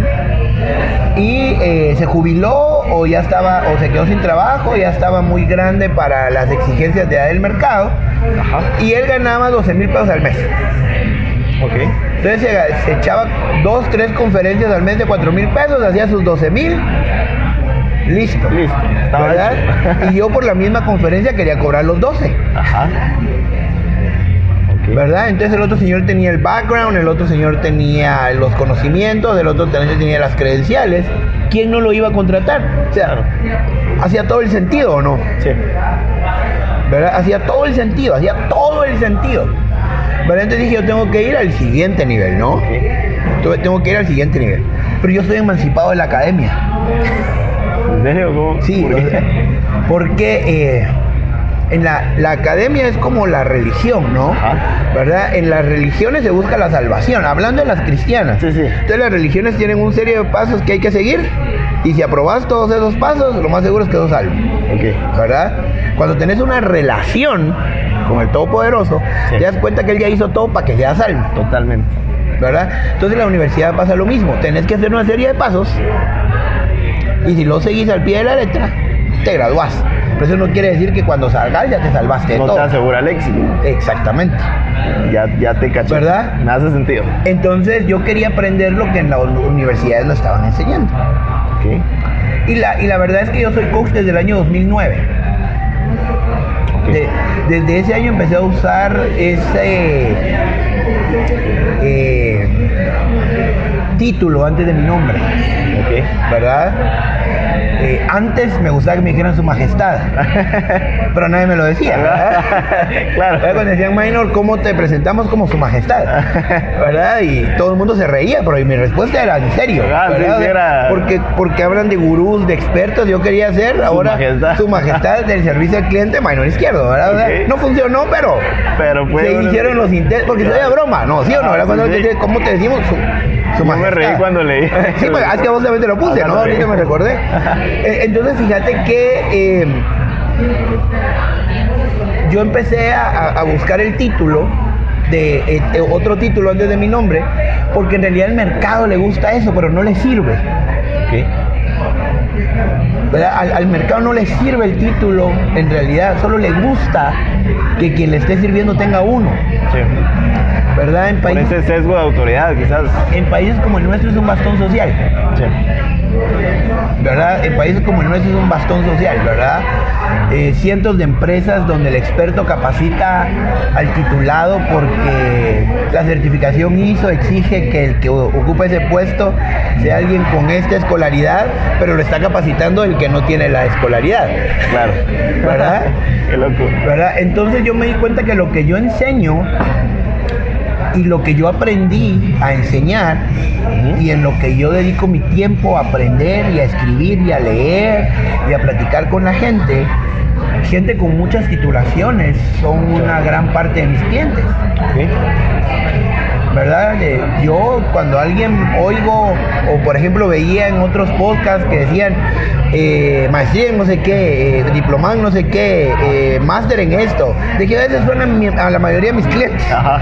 y se jubiló o se quedó sin trabajo, ya estaba muy grande para las exigencias del mercado. Ajá. Y él ganaba 12,000 pesos al mes. Ok. Entonces se echaba 2-3 conferencias al mes de 4,000 pesos, hacía sus 12,000. Listo. ¿Verdad? Y yo por la misma conferencia quería cobrar los 12. Ajá. Okay. ¿Verdad? Entonces el otro señor tenía el background, el otro señor tenía los conocimientos, el otro tenía las credenciales. ¿Quién no lo iba a contratar? O sea, ¿hacía todo el sentido o no? Sí. ¿Verdad? Hacía todo el sentido. ¿Verdad? Entonces dije, yo tengo que ir al siguiente nivel, ¿no? Okay. Tengo que ir al siguiente nivel. Pero yo estoy emancipado de la academia. ¿En serio? ¿Cómo? Sí, porque en la academia es como la religión, ¿no? ¿Verdad? En las religiones se busca la salvación, hablando de las cristianas. Sí, sí. Entonces las religiones tienen un serie de pasos que hay que seguir, y si aprobas todos esos pasos, lo más seguro es que sos salvo. ¿Verdad? Cuando tenés una relación con el Todopoderoso, te das cuenta que Él ya hizo todo para que seas salvo. Totalmente. ¿Verdad? Entonces en la universidad pasa lo mismo, tenés que hacer una serie de pasos, y si lo seguís al pie de la letra, te graduás. Pero eso no quiere decir que cuando salgas ya te salvaste de todo. No te asegura el éxito. Exactamente. Ya te caché. ¿Verdad? Me hace sentido. Entonces yo quería aprender lo que en las universidades lo estaban enseñando. Okay. Y la verdad es que yo soy coach desde el año 2009. Okay. Desde ese año empecé a usar ese título antes de mi nombre. Okay. ¿Verdad? Antes me gustaba que me dijeran su majestad, pero nadie me lo decía, ¿verdad? Claro. Cuando decían Minor, ¿cómo te presentamos? Como su majestad, ¿verdad? Y todo el mundo se reía, pero mi respuesta era en serio, ¿verdad? Sí, era... porque hablan de gurús, de expertos. Yo quería ser ahora su majestad del servicio al cliente Minor Izquierdo, ¿verdad? Okay. No funcionó, pero fue se hicieron los intentos, porque soy de broma, ¿no? ¿Sí o no? ¿Verdad? Cuando ¿cómo te decimos? Su majestad. Me reí cuando leí. Sí, pues es que vos también te lo puse, ¿no? Ahorita me recordé. Entonces fíjate que yo empecé a buscar el título de otro título antes de mi nombre, porque en realidad al mercado le gusta eso, pero no le sirve. Okay. Al mercado no le sirve el título, en realidad solo le gusta que quien le esté sirviendo tenga uno. Sí. ¿Verdad? Por ese sesgo de autoridad, quizás. En países como el nuestro es un bastón social. Sí. ¿Verdad? En países como el nuestro es un bastón social, ¿verdad? Cientos de empresas donde el experto capacita al titulado porque la certificación ISO exige que el que ocupa ese puesto sea alguien con esta escolaridad, pero lo está capacitando el que no tiene la escolaridad. Claro. ¿Verdad? Qué loco. ¿Verdad? Entonces yo me di cuenta que lo que yo enseño y lo que yo aprendí a enseñar, y en lo que yo dedico mi tiempo a aprender y a escribir y a leer y a platicar con la gente con muchas titulaciones son una gran parte de mis clientes. Okay. ¿Verdad? Yo cuando alguien oigo, o por ejemplo veía en otros podcasts que decían maestría en no sé qué, diplomado en no sé qué, máster en esto, de que a veces suenan a la mayoría de mis clientes. Ajá.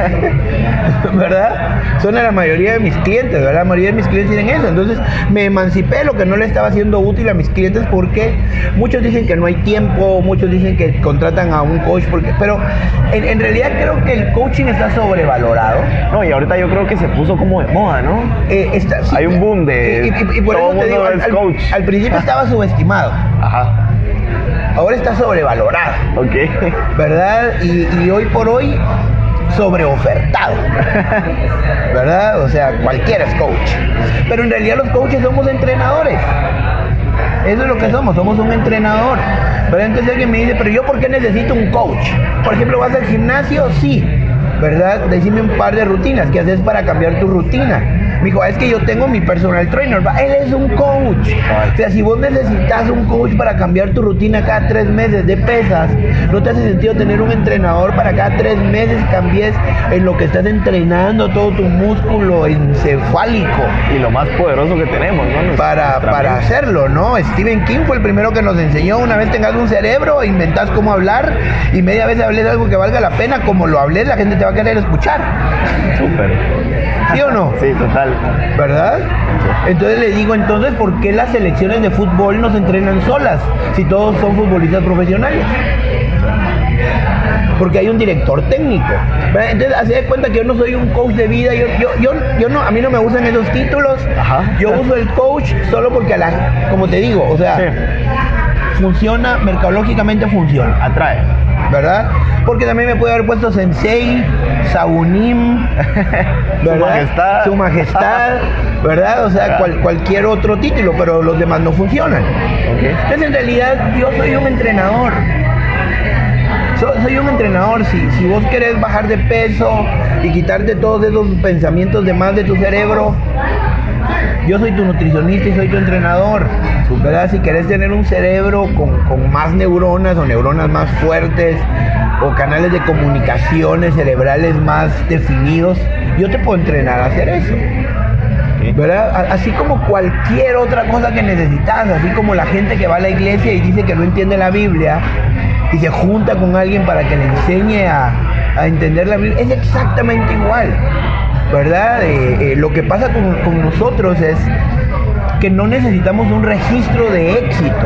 ¿Verdad? Suena a la mayoría de mis clientes, ¿verdad? La mayoría de mis clientes tienen eso. Entonces me emancipé de lo que no le estaba haciendo útil a mis clientes, porque muchos dicen que no hay tiempo, muchos dicen que contratan a un coach, pero en realidad creo que el coaching está sobrevalorado. No, y ahorita yo creo que se puso como de moda, ¿no? Sí, hay un boom de... Y por todo eso te digo, al principio estaba subestimado. Ajá. Ahora está sobrevalorado. Ok. ¿Verdad? Y hoy por hoy sobreofertado. ¿Verdad? O sea, cualquiera es coach. Pero en realidad los coaches somos entrenadores. Eso es lo que somos un entrenador. Pero entonces alguien me dice, pero yo ¿por qué necesito un coach? Por ejemplo, ¿vas al gimnasio? Sí. ¿Verdad? Decime un par de rutinas. ¿Qué haces para cambiar tu rutina? Me dijo, es que yo tengo mi personal trainer. Él es un coach. O sea, si vos necesitas un coach para cambiar tu rutina cada 3 meses de pesas, ¿no te hace sentido tener un entrenador para cada 3 meses cambies en lo que estás entrenando todo tu músculo encefálico? Y lo más poderoso que tenemos, ¿no? Para hacerlo, ¿no? Stephen King fue el primero que nos enseñó: una vez tengas un cerebro, inventás cómo hablar, y media vez hables algo que valga la pena, como lo hables, la gente te va a querer escuchar. Súper. ¿Sí o no? Sí, total. ¿Verdad? Entonces le digo, entonces, ¿por qué las selecciones de fútbol no se entrenan solas si todos son futbolistas profesionales? Porque hay un director técnico. ¿Verdad? Entonces, hace de cuenta que yo no soy un coach de vida. Yo no, a mí no me gustan esos títulos. Ajá. Yo uso el coach solo porque como te digo, o sea, sí, funciona, mercadológicamente funciona. Atrae. ¿Verdad? Porque también me puede haber puesto Sensei, Sabunim, ¿verdad? Su majestad, ¿verdad? O sea, cualquier otro título, pero los demás no funcionan. Okay. Entonces, en realidad, yo soy un entrenador. Soy un entrenador. Si vos querés bajar de peso y quitarte todos esos pensamientos de más de tu cerebro, yo soy tu nutricionista y soy tu entrenador, ¿verdad? Si querés tener un cerebro con más neuronas o neuronas más fuertes o canales de comunicaciones cerebrales más definidos, yo te puedo entrenar a hacer eso, ¿verdad? Así como cualquier otra cosa que necesitas, así como la gente que va a la iglesia y dice que no entiende la Biblia y se junta con alguien para que le enseñe a entender la Biblia, es exactamente igual, ¿verdad? Lo que pasa con nosotros es que no necesitamos un registro de éxito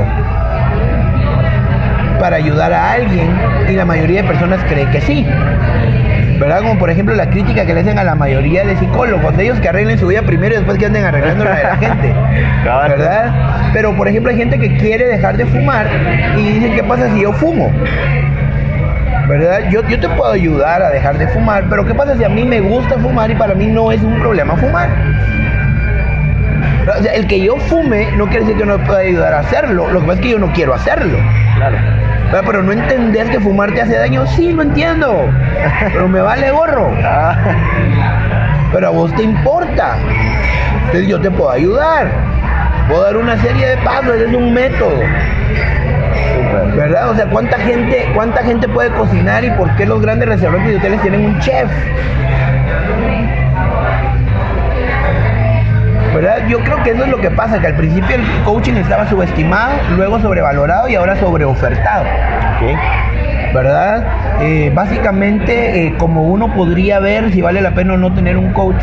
para ayudar a alguien, y la mayoría de personas cree que sí, ¿verdad? Como por ejemplo la crítica que le hacen a la mayoría de psicólogos, de ellos que arreglen su vida primero y después que anden arreglando la de la gente, ¿verdad? Pero por ejemplo hay gente que quiere dejar de fumar y dicen, ¿qué pasa si yo fumo? ¿Verdad? Yo te puedo ayudar a dejar de fumar, pero ¿qué pasa si a mí me gusta fumar y para mí no es un problema fumar? O sea, el que yo fume no quiere decir que no me pueda ayudar a hacerlo, lo que pasa es que yo no quiero hacerlo. Claro. Pero no entendés que fumar te hace daño. Sí, lo entiendo, pero me vale gorro. Pero a vos te importa. Entonces yo te puedo ayudar. Puedo dar una serie de pasos, ese es un método. ¿Verdad? O sea, ¿cuánta gente puede cocinar y por qué los grandes restaurantes y hoteles tienen un chef? ¿Verdad? Yo creo que eso es lo que pasa, que al principio el coaching estaba subestimado, luego sobrevalorado y ahora sobreofertado. ¿Verdad? Básicamente, como uno podría ver si vale la pena o no tener un coach,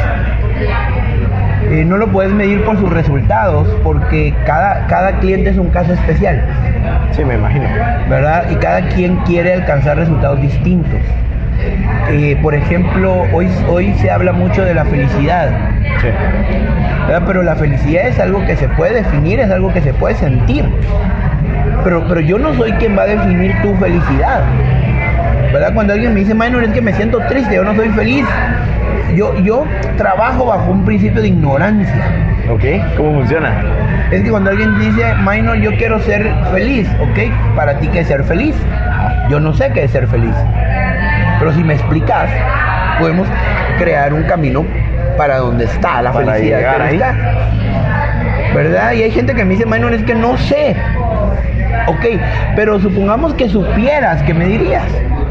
no lo puedes medir por sus resultados, porque cada cliente es un caso especial. Sí, me imagino. ¿Verdad? Y cada quien quiere alcanzar resultados distintos. Por ejemplo, hoy se habla mucho de la felicidad. Sí. ¿Verdad? Pero la felicidad es algo que se puede definir, es algo que se puede sentir. Pero yo no soy quien va a definir tu felicidad. ¿Verdad? Cuando alguien me dice, Minor, es que me siento triste, yo no soy feliz. Yo trabajo bajo un principio de ignorancia. Ok, ¿cómo funciona? Es que cuando alguien dice, Minor, yo quiero ser feliz, ok, para ti, ¿qué es ser feliz? Yo no sé qué es ser feliz. Pero si me explicas, podemos crear un camino para donde está la para felicidad. Llegar ahí. Está, ¿verdad? Y hay gente que me dice, Minor, es que no sé. Ok, pero supongamos que supieras, ¿qué me dirías?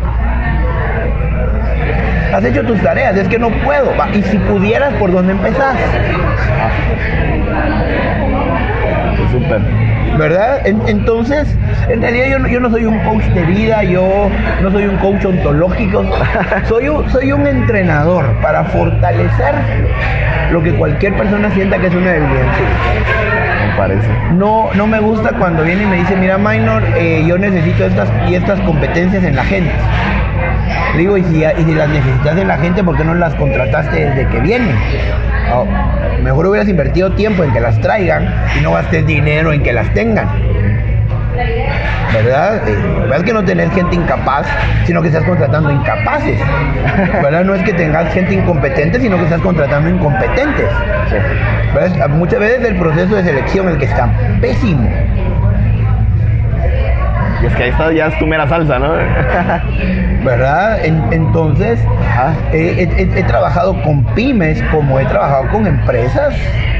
Has hecho tus tareas, es que no puedo. Y si pudieras, ¿por dónde empezás? Súper. ¿Verdad? Entonces, en realidad yo no soy un coach de vida, yo no soy un coach ontológico, soy un entrenador para fortalecer lo que cualquier persona sienta que es una debilidad en sí. Me parece. No me gusta cuando viene y me dice, mira, Minor, yo necesito estas competencias en la gente. Le digo, y si las necesitas en la gente, ¿por qué no las contrataste desde que vienen? Mejor hubieras invertido tiempo en que las traigan y no gastes dinero en que las tengan. ¿Verdad? Es que no tenés gente incapaz, sino que estás contratando incapaces. ¿Verdad? No es que tengas gente incompetente, sino que estás contratando incompetentes. ¿Verdad? Muchas veces el proceso de selección, el que está pésimo. Y es que ahí está, ya es tu mera salsa, ¿no? ¿Verdad? Entonces, he trabajado con pymes como he trabajado con empresas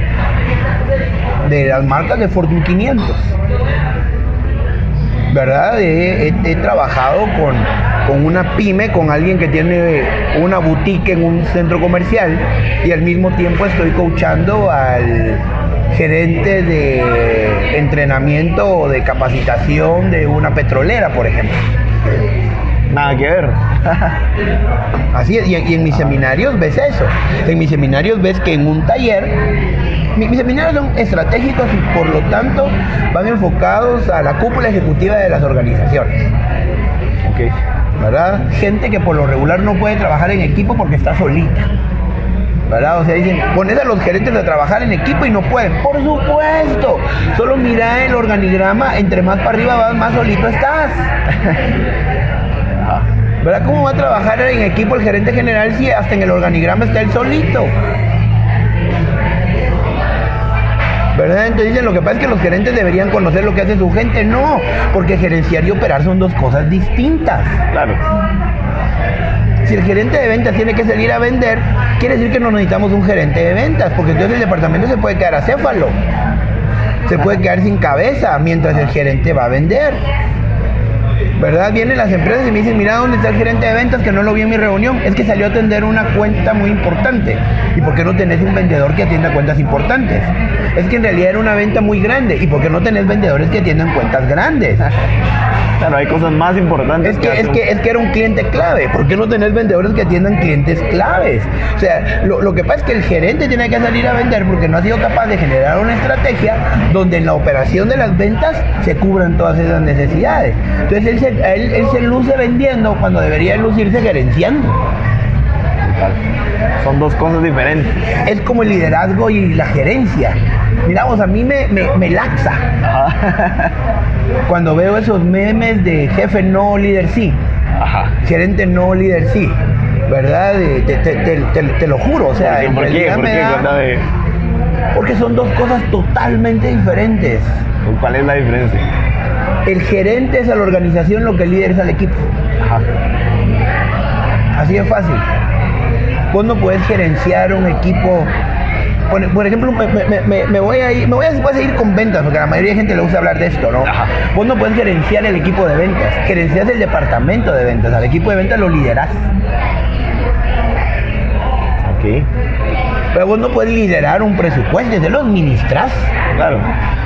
de las marcas de Fortune 500. ¿Verdad? He trabajado con una pyme, con alguien que tiene una boutique en un centro comercial, y al mismo tiempo estoy coachando al gerente de entrenamiento o de capacitación de una petrolera, por ejemplo. Nada que ver. Así es, y en mis seminarios ves eso. En mis seminarios ves que en un taller, mis seminarios son estratégicos y por lo tanto van enfocados a la cúpula ejecutiva de las organizaciones. Ok. ¿Verdad? Gente que por lo regular no puede trabajar en equipo porque está solita. ¿Verdad? O sea, dicen, pones a los gerentes a trabajar en equipo y no pueden. Por supuesto, solo mira el organigrama, entre más para arriba vas, más solito estás. ¿Verdad? ¿Cómo va a trabajar en equipo el gerente general si hasta en el organigrama está él solito? ¿Verdad? Entonces dicen, lo que pasa es que los gerentes deberían conocer lo que hace su gente. No, porque gerenciar y operar son dos cosas distintas. Claro. Si el gerente de ventas tiene que salir a vender, quiere decir que no necesitamos un gerente de ventas, porque entonces el departamento se puede quedar acéfalo, se puede quedar sin cabeza mientras el gerente va a vender. ¿Verdad? Vienen las empresas y me dicen, mira, ¿dónde está el gerente de ventas que no lo vi en mi reunión? Es que salió a atender una cuenta muy importante. ¿Y por qué no tenés un vendedor que atienda cuentas importantes? Es que en realidad era una venta muy grande. ¿Y por qué no tenés vendedores que atiendan cuentas grandes? Claro, hay cosas más importantes. Es que era un cliente clave. ¿Por qué no tenés vendedores que atiendan clientes claves? O sea, lo que pasa es que el gerente tiene que salir a vender porque no ha sido capaz de generar una estrategia donde en la operación de las ventas se cubran todas esas necesidades. Entonces él se luce vendiendo cuando debería lucirse gerenciando. Son dos cosas diferentes. Es como el liderazgo y la gerencia. Mira, vos, a mí me laxa cuando veo esos memes de jefe no, líder sí. Ajá. Gerente no, líder sí. ¿Verdad? Te lo juro. O sea, ¿Por qué? Porque son dos cosas totalmente diferentes. ¿Cuál es la diferencia? El gerente es a la organización lo que el líder es al equipo. Ajá. Así de fácil. Vos no puedes gerenciar un equipo. Por ejemplo, voy a seguir con ventas, porque a la mayoría de gente le gusta hablar de esto, ¿no? Ajá. Vos no puedes gerenciar el equipo de ventas. Gerencias el departamento de ventas. Al equipo de ventas lo liderás. Ok. Pero vos no puedes liderar un presupuesto, te lo administras. Claro.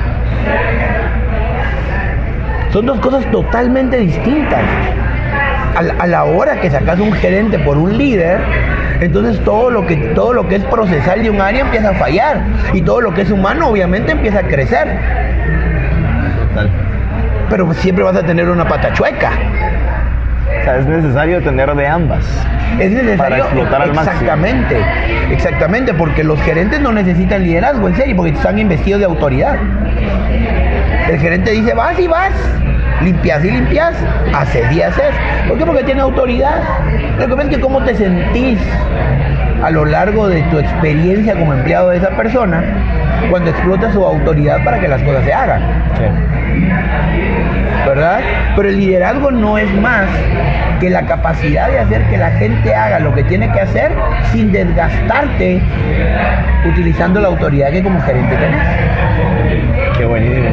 Son dos cosas totalmente distintas. A la hora que sacas un gerente por un líder, entonces todo lo que es procesal de un área empieza a fallar, y todo lo que es humano obviamente empieza a crecer. Total. Pero siempre vas a tener una pata chueca. O sea, es necesario tener de ambas. Es necesario para explotar al máximo. Exactamente, porque los gerentes no necesitan liderazgo, en serio, porque están investidos de autoridad. El gerente dice, vas y vas, limpias y limpias, haces y haces. ¿Por qué? Porque tiene autoridad. Lo que pasa es que cómo te sentís a lo largo de tu experiencia como empleado de esa persona cuando explota su autoridad para que las cosas se hagan. Sí. ¿Verdad? Pero el liderazgo no es más que la capacidad de hacer que la gente haga lo que tiene que hacer sin desgastarte utilizando la autoridad que como gerente tenés. Qué buenísimo.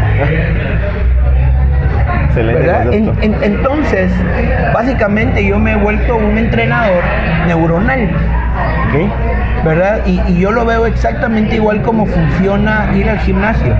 Excelente. ¿Verdad? Entonces, básicamente yo me he vuelto un entrenador neuronal. Okay. ¿Verdad? Y yo lo veo exactamente igual como funciona ir al gimnasio.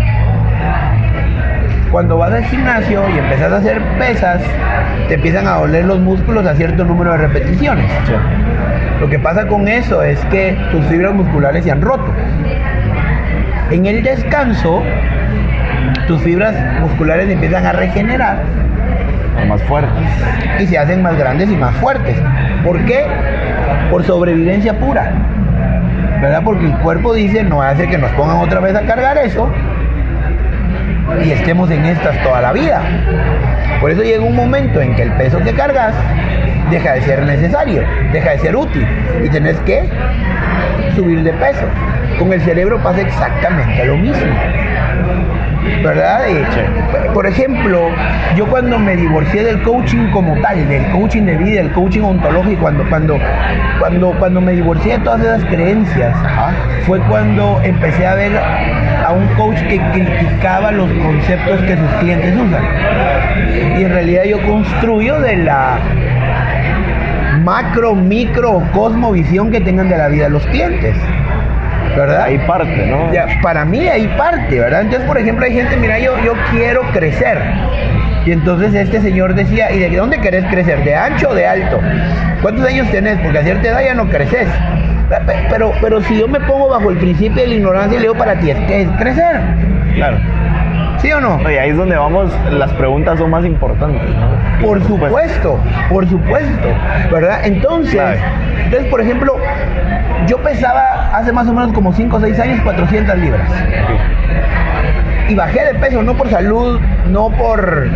Cuando vas al gimnasio y empiezas a hacer pesas, te empiezan a doler los músculos a cierto número de repeticiones. Sí. Lo que pasa con eso es que tus fibras musculares se han roto. En el descanso, tus fibras musculares empiezan a regenerar. Más fuertes. Y se hacen más grandes y más fuertes. ¿Por qué? Por sobrevivencia pura. ¿Verdad? Porque el cuerpo dice, no hace que nos pongan otra vez a cargar eso y estemos en estas toda la vida. Por eso llega un momento en que el peso que cargas deja de ser necesario, deja de ser útil y tenés que subir de peso. Con el cerebro pasa exactamente lo mismo, ¿verdad? Por ejemplo, yo cuando me divorcié del coaching como tal, del coaching de vida, del coaching ontológico, cuando me divorcié de todas esas creencias, fue cuando empecé a ver a un coach que criticaba los conceptos que sus clientes usan. Y en realidad yo construyo de la macro, micro o cosmovisión que tengan de la vida los clientes, ¿verdad? Hay parte, ¿no? Ya, para mí hay parte, ¿verdad? Entonces, por ejemplo, hay gente, mira, yo quiero crecer. Y entonces este señor decía, ¿y de dónde querés crecer? ¿De ancho o de alto? ¿Cuántos años tenés? Porque a cierta edad ya no creces. Pero si yo me pongo bajo el principio de la ignorancia y le digo, para ti es crecer. Claro. ¿Sí o no? Y ahí es donde vamos, las preguntas son más importantes, ¿no? Por supuesto, ¿verdad? Entonces, por ejemplo, yo pesaba hace más o menos como 5 o 6 años 400 libras. Y bajé de peso, no por salud, no por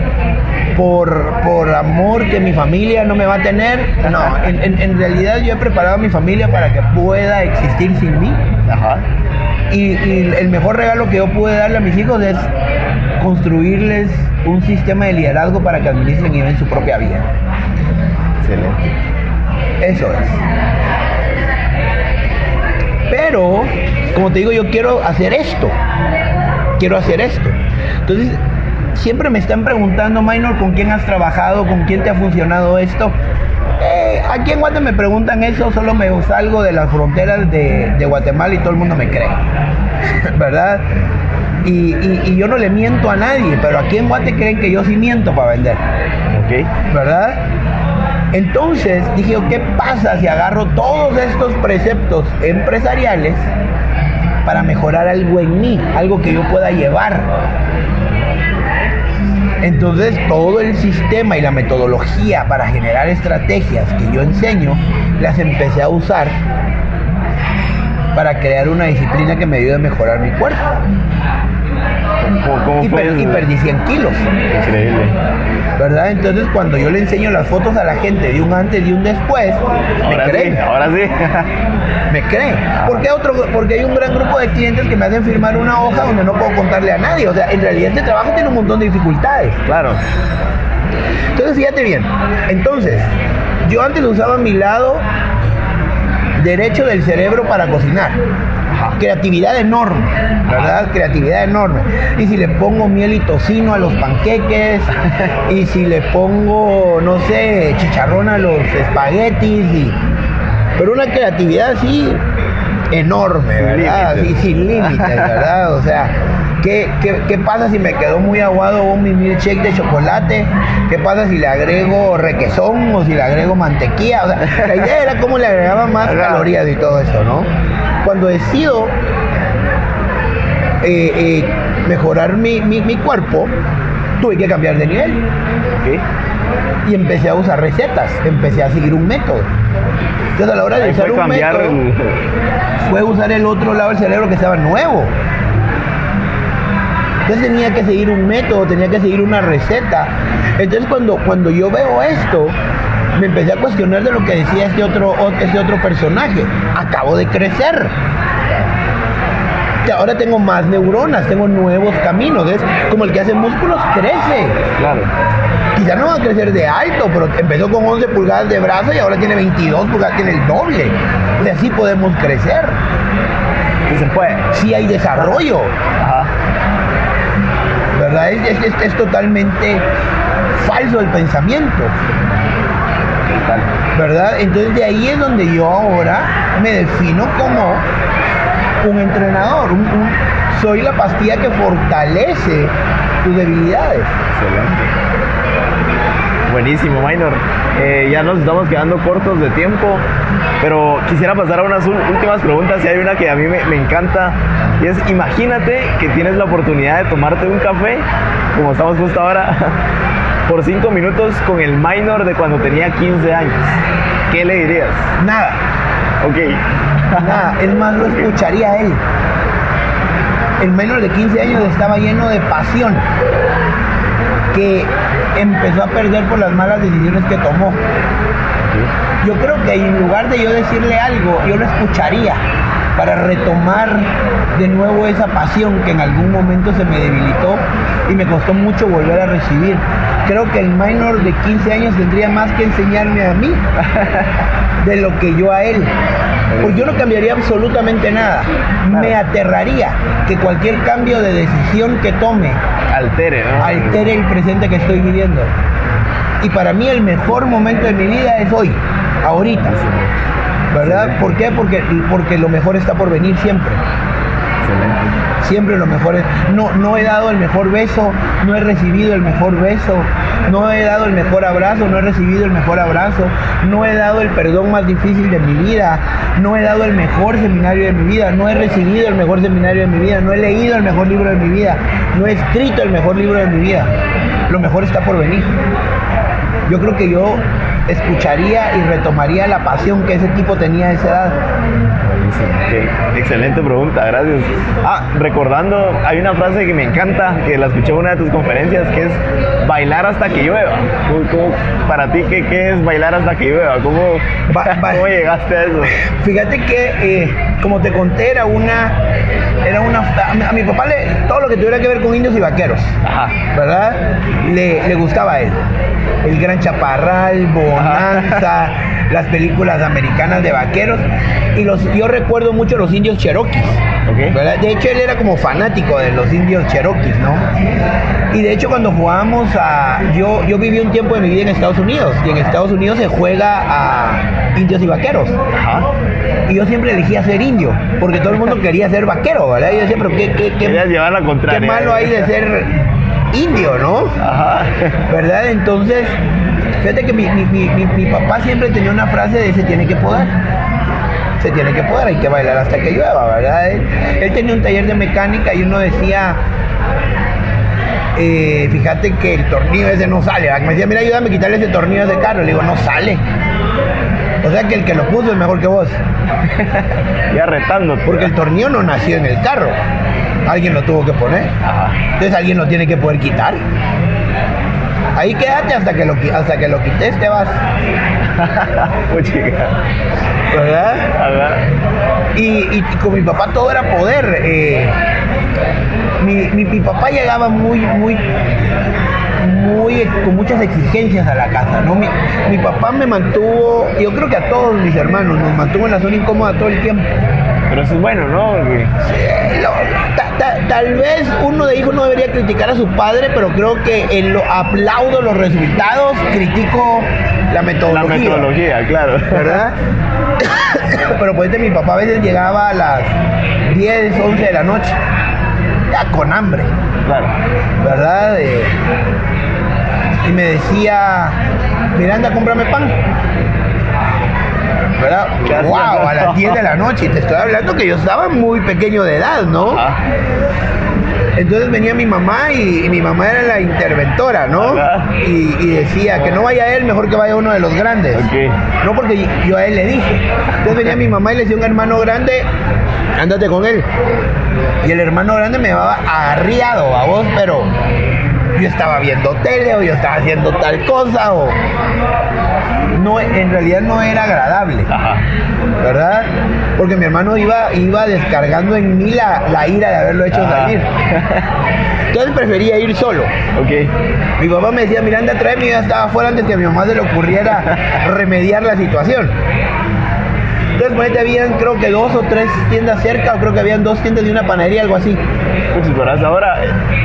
amor que mi familia no me va a tener. No, en realidad yo he preparado a mi familia para que pueda existir sin mí. Ajá. Y el mejor regalo que yo pude darle a mis hijos es construirles un sistema de liderazgo para que administren y viven su propia vida. Excelente. Eso es. como te digo, yo quiero hacer esto. Entonces, siempre me están preguntando, Minor, ¿con quién has trabajado? ¿Con quién te ha funcionado esto? Aquí en Guatemala me preguntan eso, solo me salgo de las fronteras de Guatemala y todo el mundo me cree, ¿verdad? Y yo no le miento a nadie, pero aquí en Guatemala creen que yo sí miento para vender, ¿verdad? Entonces dije, ¿qué pasa si agarro todos estos preceptos empresariales para mejorar algo en mí, algo que yo pueda llevar? Entonces todo el sistema y la metodología para generar estrategias que yo enseño, las empecé a usar para crear una disciplina que me ayude a mejorar mi cuerpo. ¿Cómo fue eso? Y perdí 100 kilos. Increíble. ¿Verdad? Entonces cuando yo le enseño las fotos a la gente de un antes y un después, me creen. Ahora sí. Me creen. Porque hay un gran grupo de clientes que me hacen firmar una hoja donde no puedo contarle a nadie. O sea, en realidad este trabajo tiene un montón de dificultades. Claro. Entonces fíjate bien. Entonces, yo antes usaba mi lado derecho del cerebro para cocinar. Creatividad enorme, ¿verdad? Creatividad enorme. Y si le pongo miel y tocino a los panqueques, y si le pongo, no sé, chicharrón a los espaguetis, pero una creatividad así enorme, ¿verdad? Así, sin límites, ¿verdad? O sea, ¿qué pasa si me quedó muy aguado mi milkshake de chocolate? ¿Qué pasa si le agrego requesón o si le agrego mantequilla? O sea, la idea era cómo le agregaba más calorías y todo eso, ¿no? Cuando decido mejorar mi cuerpo, tuve que cambiar de nivel. Y empecé a usar recetas, empecé a seguir un método. Entonces a la hora de usar un método, fue usar el otro lado del cerebro que estaba nuevo. Entonces tenía que seguir un método, tenía que seguir una receta. Entonces cuando yo veo esto, me empecé a cuestionar de lo que decía este otro personaje. Acabo de crecer. Que ahora tengo más neuronas, tengo nuevos caminos. Es como el que hace músculos, crece. Claro. Quizá no va a crecer de alto, pero empezó con 11 pulgadas de brazo y ahora tiene 22 pulgadas, tiene el doble. O sea, sí podemos crecer. Sí se puede. Sí hay desarrollo. Ajá. ¿Verdad? Es totalmente falso el pensamiento. ¿Verdad? Entonces de ahí es donde yo ahora me defino como un entrenador. Soy la pastilla que fortalece tus debilidades. Excelente. Buenísimo, Minor. Ya nos estamos quedando cortos de tiempo, pero quisiera pasar a unas últimas preguntas. Y hay una que a mí me encanta, y es: imagínate que tienes la oportunidad de tomarte un café, como estamos justo ahora, por 5 minutos con el Minor de cuando tenía 15 años. ¿Qué le dirías? Nada. Ok. Nada, es más, lo escucharía a él. El Minor de 15 años estaba lleno de pasión, que empezó a perder por las malas decisiones que tomó. Yo creo que en lugar de yo decirle algo, yo lo escucharía para retomar de nuevo esa pasión que en algún momento se me debilitó y me costó mucho volver a recibir. Creo que el Minor de 15 años tendría más que enseñarme a mí de lo que yo a él. Porque yo no cambiaría absolutamente nada. Me aterraría que cualquier cambio de decisión que tome altere el presente que estoy viviendo. Y para mí el mejor momento de mi vida es hoy, ahorita. ¿Verdad? ¿Por qué? Porque lo mejor está por venir siempre. Excelente. Siempre lo mejor es. No he dado el mejor beso, no he recibido el mejor beso, no he dado el mejor abrazo, no he recibido el mejor abrazo, no he dado el perdón más difícil de mi vida, no he dado el mejor seminario de mi vida, no he recibido el mejor seminario de mi vida, no he leído el mejor libro de mi vida, no he escrito el mejor libro de mi vida. Lo mejor está por venir. Yo creo que yo escucharía y retomaría la pasión que ese tipo tenía a esa edad. Okay. Excelente pregunta, gracias. Recordando, hay una frase que me encanta, que la escuché en una de tus conferencias, que es bailar hasta que llueva. Para ti, ¿qué es bailar hasta que llueva? ¿Cómo llegaste a eso? Fíjate que, como te conté, a mi papá todo lo que tuviera que ver con indios y vaqueros. Ajá. ¿Verdad? Le gustaba a él. El Gran Chaparral, Bonanza, las películas americanas de vaqueros. Y yo recuerdo mucho los indios cherokees. Okay. ¿Verdad? De hecho, él era como fanático de los indios cherokees, ¿no? Y de hecho, cuando jugábamos yo viví un tiempo de mi vida en Estados Unidos. Y en Estados Unidos se juega a indios y vaqueros. Ajá. Y yo siempre elegía ser indio, porque todo el mundo quería ser vaquero, ¿verdad? Y yo decía, pero Querías llevar la contraria. qué malo hay de ser indio, ¿no? Ajá. ¿Verdad? Entonces, fíjate que mi papá siempre tenía una frase de se tiene que poder. Se tiene que poder, hay que bailar hasta que llueva, ¿verdad? Él tenía un taller de mecánica y uno decía, fíjate que el tornillo ese no sale, ¿verdad? Me decía, mira, ayúdame a quitarle ese tornillo de ese carro. Le digo, no sale. O sea que el que lo puso es mejor que vos. Ya retando. Porque el tornillo no nació en el carro. Alguien lo tuvo que poner. Ajá. Entonces alguien lo tiene que poder quitar. Ahí quédate hasta que lo quites, te vas. Muy chica. ¿Verdad? Ajá. Y con mi papá todo era poder. Mi papá llegaba muy con muchas exigencias a la casa, ¿no? Mi papá me mantuvo, yo creo que a todos mis hermanos nos mantuvo en la zona incómoda todo el tiempo. Pero eso es bueno, ¿no? Porque... Tal vez uno de hijos no debería criticar a su padre, pero creo que aplaudo los resultados, critico la metodología. La metodología, claro. ¿Verdad? Pero pues mi papá a veces llegaba a las 10, 11 de la noche, ya con hambre. Claro. ¿Verdad? Y me decía, Miranda, cómprame pan. ¿Verdad? ¡Wow! A las 10 de la noche. Y te estoy hablando que yo estaba muy pequeño de edad, ¿no? Ajá. Entonces venía mi mamá y mi mamá era la interventora, ¿no? Y decía que no vaya él, mejor que vaya uno de los grandes. Okay. No, porque yo a él le dije. Entonces venía mi mamá y le decía a un hermano grande, ándate con él. Y el hermano grande me llevaba arriado a vos, pero yo estaba viendo tele o yo estaba haciendo tal cosa o... No, en realidad no era agradable. Ajá. ¿Verdad? Porque mi hermano iba descargando en mí la ira de haberlo hecho salir. Entonces prefería ir solo. Ok. Mi papá me decía, Miranda, tráeme, y yo ya estaba afuera antes que a mi mamá se le ocurriera remediar la situación. Entonces, ponete, habían creo que 2 o 3 tiendas cerca, o creo que habían 2 tiendas de una panadería, algo así. Pues por ahora...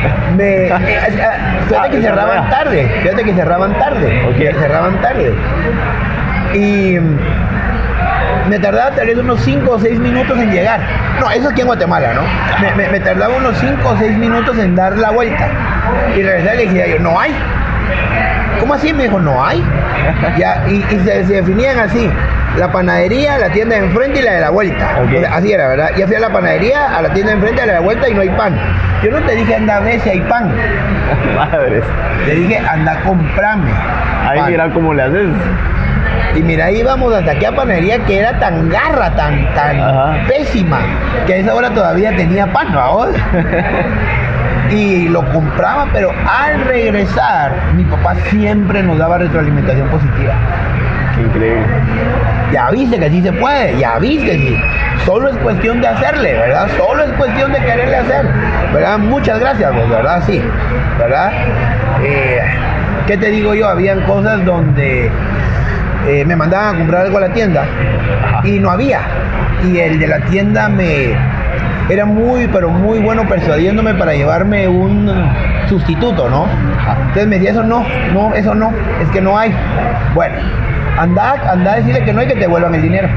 Fíjate que cerraban tarde. Okay. Cerraban tarde. Y me tardaba tal vez unos 5 o 6 minutos en llegar. No, eso aquí en Guatemala, ¿no? Me tardaba unos 5 o 6 minutos en dar la vuelta. Y regresar y le decía yo, no hay. ¿Cómo así? Me dijo, no hay. Ya, y se definían así. La panadería, la tienda de enfrente y la de la vuelta. Okay. O sea, así era, ¿verdad? Ya fui a la panadería, a la tienda de enfrente, a la de la vuelta y no hay pan. Yo no te dije anda a ver si hay pan. Madres. Te dije anda a comprarme. Ahí pan. mira cómo le haces. Y mira, íbamos hasta aquella panadería que era tan garra, tan Ajá. pésima, que a esa hora todavía tenía pan, ¿no? Y lo compraba, pero al regresar, mi papá siempre nos daba retroalimentación positiva. Increíble. Ya viste que sí se puede, ya viste, sí. Solo es cuestión de hacerle, ¿verdad? Solo es cuestión de quererle hacer, ¿verdad? Muchas gracias, vos, ¿verdad? Sí, ¿verdad? ¿Qué te digo yo? Habían cosas donde me mandaban a comprar algo a la tienda y no había. Y el de la tienda era muy, pero muy bueno persuadiéndome para llevarme un sustituto, ¿no? Entonces me decía, eso no, es que no hay. Bueno, anda a decirle que no hay, que te devuelvan el dinero.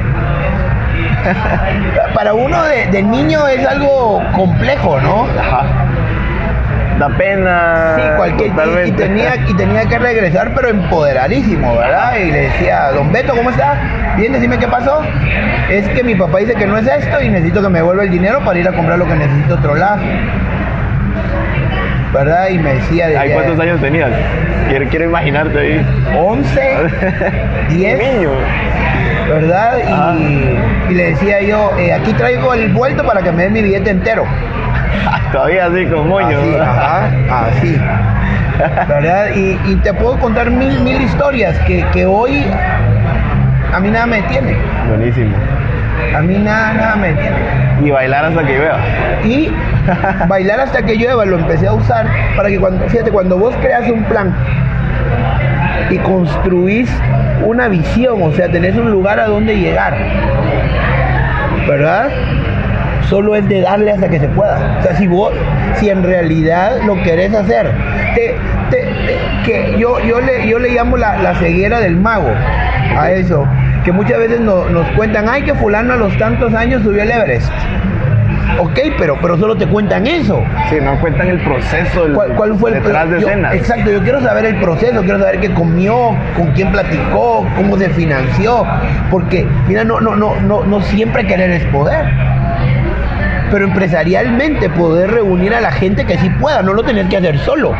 Para uno de niño es algo complejo, ¿no? Ajá. Da pena. Sí, y tenía que regresar, pero empoderadísimo, ¿verdad? Y le decía, don Beto, ¿cómo está? Bien, decime qué pasó. Es que mi papá dice que no es esto y necesito que me devuelva el dinero para ir a comprar lo que necesito a otro lado. ¿Verdad? Y me decía... ¿Ay, cuántos años tenías? Quiero imaginarte ahí. 11, 10. Niño. ¿Verdad? Y le decía yo, aquí traigo el vuelto para que me den mi billete entero. Todavía así con moño. Así, así. ¿Verdad? Y te puedo contar mil historias que hoy a mí nada me detiene. Buenísimo. A mí nada me detiene. Y bailar hasta que llueva. Y bailar hasta que llueva lo empecé a usar para que cuando vos creas un plan y construís una visión, o sea, tenés un lugar a donde llegar, ¿verdad? Solo es de darle hasta que se pueda. O sea, si en realidad lo querés hacer, que yo le llamo la ceguera del mago a eso, que muchas veces nos cuentan, ay, que fulano a los tantos años subió el Everest. Ok, pero solo te cuentan eso. Sí, no cuentan el proceso, ¿Cuál fue el detrás de escenas. Exacto, yo quiero saber el proceso, quiero saber qué comió, con quién platicó, cómo se financió, porque mira, no siempre querer es poder. Pero empresarialmente poder reunir a la gente que sí pueda, no lo tenés que hacer solo.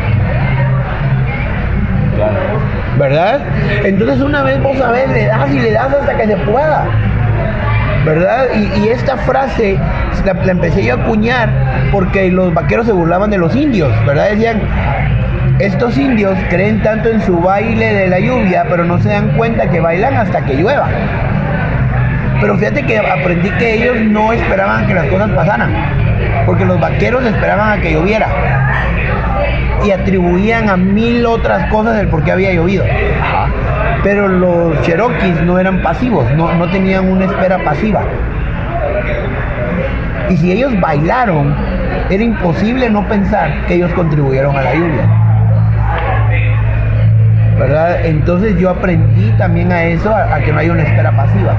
Claro. ¿Verdad? Entonces una vez vos sabés, le das y le das hasta que se pueda. ¿Verdad? Y esta frase la empecé yo a acuñar porque los vaqueros se burlaban de los indios, ¿verdad? Decían, estos indios creen tanto en su baile de la lluvia, pero no se dan cuenta que bailan hasta que llueva. Pero fíjate que aprendí que ellos no esperaban que las cosas pasaran, porque los vaqueros esperaban a que lloviera y atribuían a 1000 otras cosas el por qué había llovido. Pero los cherokees no eran pasivos, no tenían una espera pasiva. Y si ellos bailaron, era imposible no pensar que ellos contribuyeron a la lluvia, ¿verdad? Entonces yo aprendí también a eso, a que no hay una espera pasiva,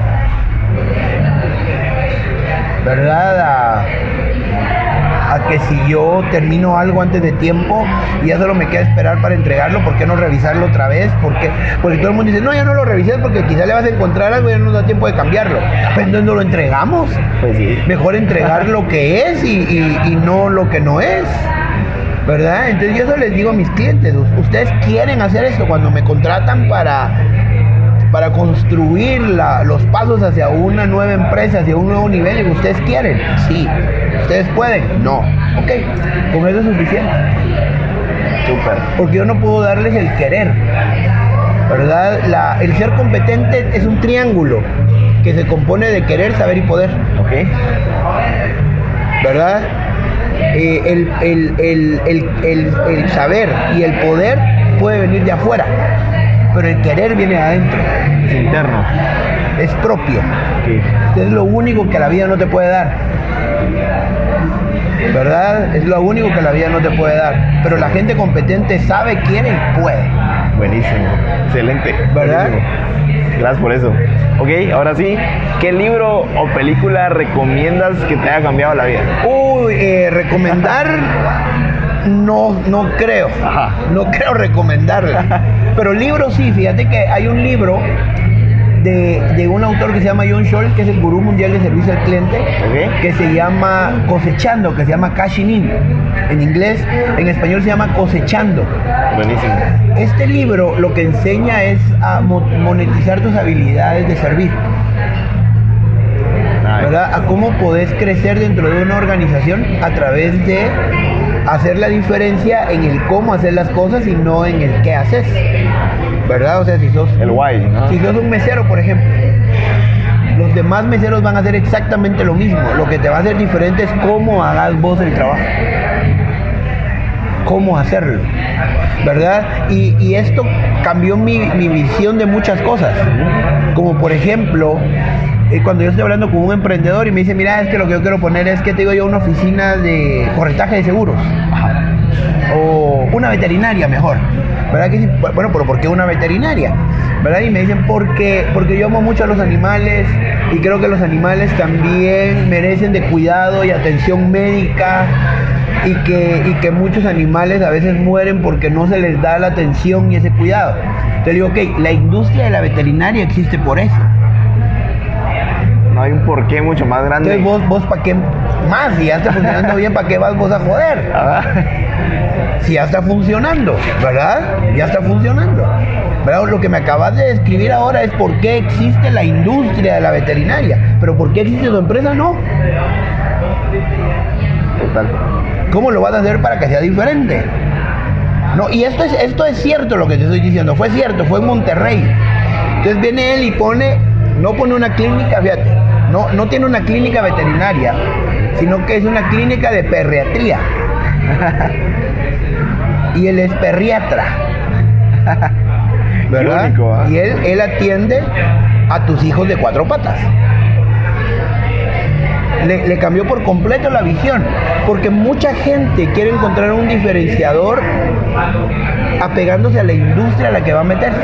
¿verdad? A que si yo termino algo antes de tiempo y ya solo me queda esperar para entregarlo, ¿por qué no revisarlo otra vez? Porque todo el mundo dice, no, ya no lo revises porque quizá le vas a encontrar algo y ya no nos da tiempo de cambiarlo. Pues entonces no lo entregamos. Pues sí. Mejor entregar lo que es y no lo que no es, ¿verdad? Entonces yo eso les digo a mis clientes, ustedes quieren hacer esto cuando me contratan para construir los pasos hacia una nueva empresa, hacia un nuevo nivel. ¿Ustedes quieren? Sí. ¿Ustedes pueden? No. Ok, con eso es suficiente. Súper. Porque yo no puedo darles el querer, ¿verdad? El ser competente es un triángulo que se compone de querer, saber y poder. Ok. ¿Verdad? El saber y el poder puede venir de afuera, pero el querer viene de adentro. Es interno. Es propio. Okay. Es lo único que la vida no te puede dar, ¿verdad? Es lo único que la vida no te puede dar. Pero la gente competente sabe, quiere y puede. Buenísimo. Excelente. ¿Verdad? Buenísimo. Gracias por eso. Ok, ahora sí, ¿qué libro o película recomiendas que te haya cambiado la vida? Recomendar... No creo. Ajá. No creo recomendarla. Pero libros sí, fíjate que hay un libro de un autor que se llama John Scholl, que es el gurú mundial de servicio al cliente, Okay. que se llama Cosechando, que se llama Cashing In. En inglés, en español se llama Cosechando. Buenísimo. Este libro lo que enseña es a monetizar tus habilidades de servir, ¿verdad? A cómo podés crecer dentro de una organización a través de hacer la diferencia en el cómo hacer las cosas y no en el qué haces, ¿verdad? O sea, si sos El why, ¿no? Si sos un mesero, por ejemplo, los demás meseros van a hacer exactamente lo mismo. Lo que te va a hacer diferente es cómo hagas vos el trabajo, cómo hacerlo, ¿verdad? Y esto cambió mi visión de muchas cosas, como por ejemplo, cuando yo estoy hablando con un emprendedor y me dice, mira, es que lo que yo quiero poner es que te digo yo una oficina de corretaje de seguros. O una veterinaria mejor, ¿verdad? Que sí, bueno, pero ¿por qué una veterinaria? ¿Verdad? Y me dicen, porque yo amo mucho a los animales y creo que los animales también merecen de cuidado y atención médica y que muchos animales a veces mueren porque no se les da la atención y ese cuidado. Entonces digo, ok, la industria de la veterinaria existe por eso. No hay un porqué mucho más grande. Entonces vos ¿para qué más? Si ya está funcionando bien, ¿para qué vas vos a joder? Si ya está funcionando, ¿verdad? Ya está funcionando, ¿verdad? Lo que me acabas de describir ahora es por qué existe la industria de la veterinaria, pero ¿por qué existe tu empresa? No. Total. ¿Cómo lo vas a hacer para que sea diferente? No, y esto es cierto lo que te estoy diciendo, fue cierto, fue en Monterrey. Entonces viene él y no pone una clínica, fíjate, no tiene una clínica veterinaria, sino que es una clínica de perriatría. Y él es perriatra. ¿verdad? Qué único, ¿eh? Y él atiende a tus hijos de 4 patas. Le cambió por completo la visión, porque mucha gente quiere encontrar un diferenciador apegándose a la industria a la que va a meterse.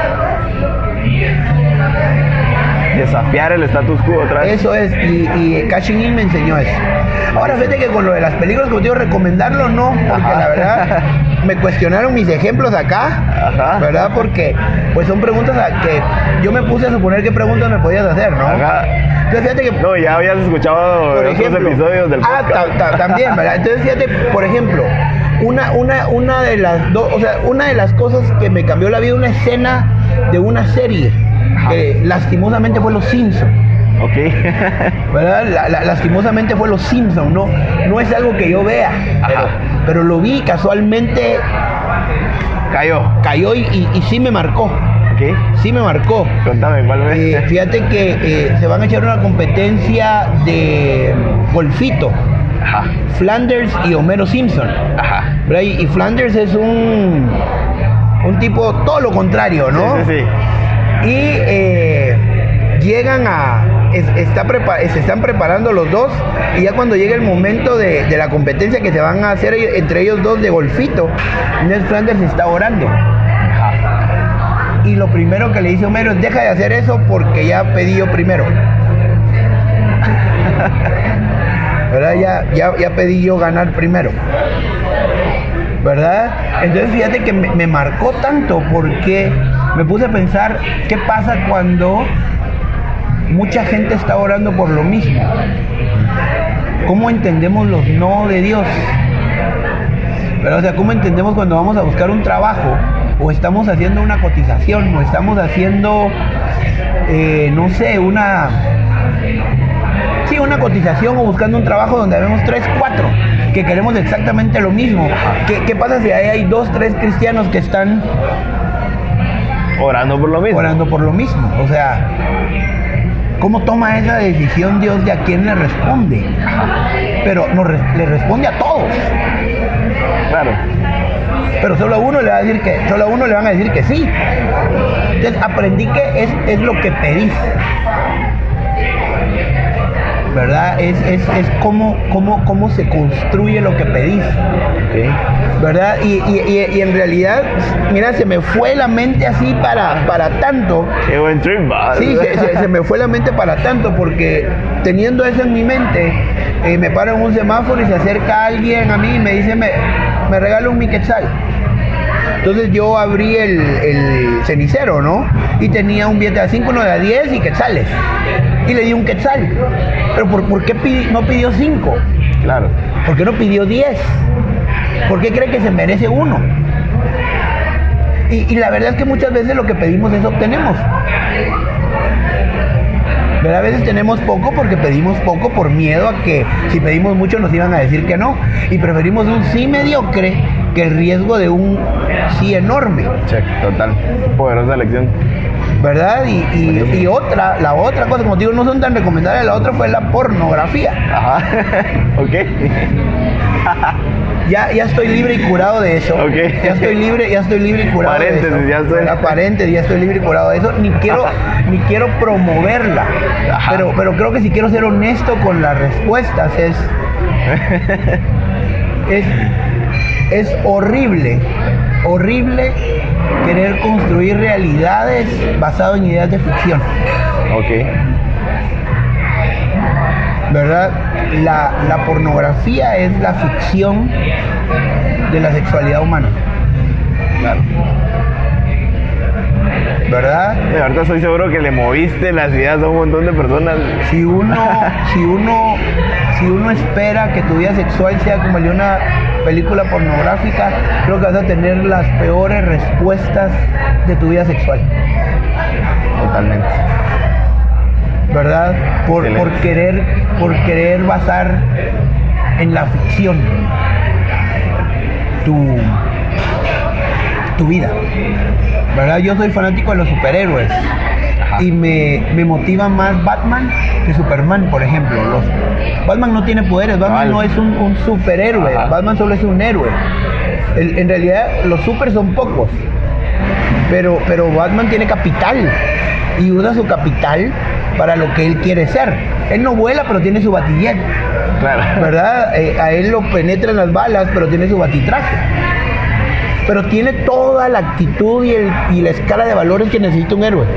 Desafiar el status quo otra vez. Eso es, y Cashing In me enseñó eso. Ahora fíjate que con lo de las películas, como te digo, recomendarlo no, porque Ajá. la verdad me cuestionaron mis ejemplos acá, Ajá. ¿verdad? Porque pues son preguntas a que yo me puse a suponer qué preguntas me podías hacer, ¿no? Ajá. Entonces fíjate que No, ya habías escuchado por otros ejemplo, episodios del podcast. También, ¿verdad? Entonces fíjate, por ejemplo, una de las dos, o sea, una de las cosas que me cambió la vida, una escena de una serie, que lastimosamente fue Los Simpsons. Ok. ¿Verdad? Lastimosamente fue Los Simpsons, no es algo que yo vea, pero lo vi casualmente, Cayó. y sí me marcó, Ok. sí me marcó. Contame, ¿cuál ves? Fíjate que se van a echar una competencia de golfito, Ajá. Flanders y Homero Simpson, Ajá. ¿verdad? Y Flanders es un tipo todo lo contrario, ¿no? Sí. Y llegan se están preparando los dos, y ya cuando llega el momento de la competencia que se van a hacer entre ellos dos de golfito, Ned Flanders está orando. Y lo primero que le dice Homero es: deja de hacer eso porque ya pedí yo primero. ¿Verdad? Ya pedí yo ganar primero. ¿Verdad? Entonces fíjate que me marcó tanto, porque me puse a pensar qué pasa cuando mucha gente está orando por lo mismo. ¿Cómo entendemos los no de Dios? ¿Verdad? O sea, ¿cómo entendemos cuando vamos a buscar un trabajo, o estamos haciendo una cotización, o estamos haciendo, no sé, una cotización, o buscando un trabajo donde vemos 3, 4 que queremos exactamente lo mismo? ¿Qué pasa si ahí hay 2, 3 cristianos que están Orando por lo mismo. orando por lo mismo? O sea, ¿cómo toma esa decisión Dios de a quién le responde? Pero le responde a todos. Claro. Pero solo a uno le van a decir que sí. Entonces aprendí que es lo que pedís, ¿verdad? Es cómo se construye lo que pedís, Ok. ¿verdad? Y en realidad, mira, se me fue la mente así para tanto. Qué buen trip, va. Sí, se me fue la mente para tanto, porque teniendo eso en mi mente, me paro en un semáforo y se acerca alguien a mí y me dice: me regala un mi quetzal. Entonces yo abrí el cenicero, ¿no? Y tenía un billete de 5, uno de 10 y quetzales. Y le di un quetzal. Pero ¿por qué no pidió 5? Claro. ¿Por qué no pidió 10? ¿Por qué cree que se merece 1? Y la verdad es que muchas veces lo que pedimos es obtenemos. Pero a veces tenemos poco porque pedimos poco por miedo a que si pedimos mucho nos iban a decir que no. Y preferimos un sí mediocre que el riesgo de un sí enorme. Check, total. Poderosa lección. ¿Verdad? Y la otra cosa, como te digo, no son tan recomendables. La otra fue la pornografía. Ajá. Ok. Ya estoy libre y curado de eso. Ok. Ya estoy libre y curado Paréntesis, de eso. ya estoy. Paréntesis, ya estoy libre y curado de eso. Ni quiero promoverla. Ajá. Pero creo que si quiero ser honesto con las respuestas es horrible querer construir realidades basado en ideas de ficción. Ok. ¿Verdad? La pornografía es la ficción de la sexualidad humana. Claro. ¿Verdad? Ahorita estoy seguro que le moviste las ideas a un montón de personas. Si uno espera que tu vida sexual sea como el de una película pornográfica, creo que vas a tener las peores respuestas de tu vida sexual. Totalmente. ¿Verdad? Por querer basar en la ficción tu vida. ¿Verdad? Yo soy fanático de los superhéroes. Ajá. Y me motiva más Batman que Superman, por ejemplo. Batman no tiene poderes, Batman no es un superhéroe. Ajá. Batman solo es un héroe. En realidad los super son pocos. pero Batman tiene capital y usa su capital para lo que él quiere ser. Él no vuela, pero tiene su batillet. Claro. ¿Verdad? A él lo penetran las balas, pero tiene su batitraje. Pero tiene toda la actitud y la escala de valores que necesita un héroe.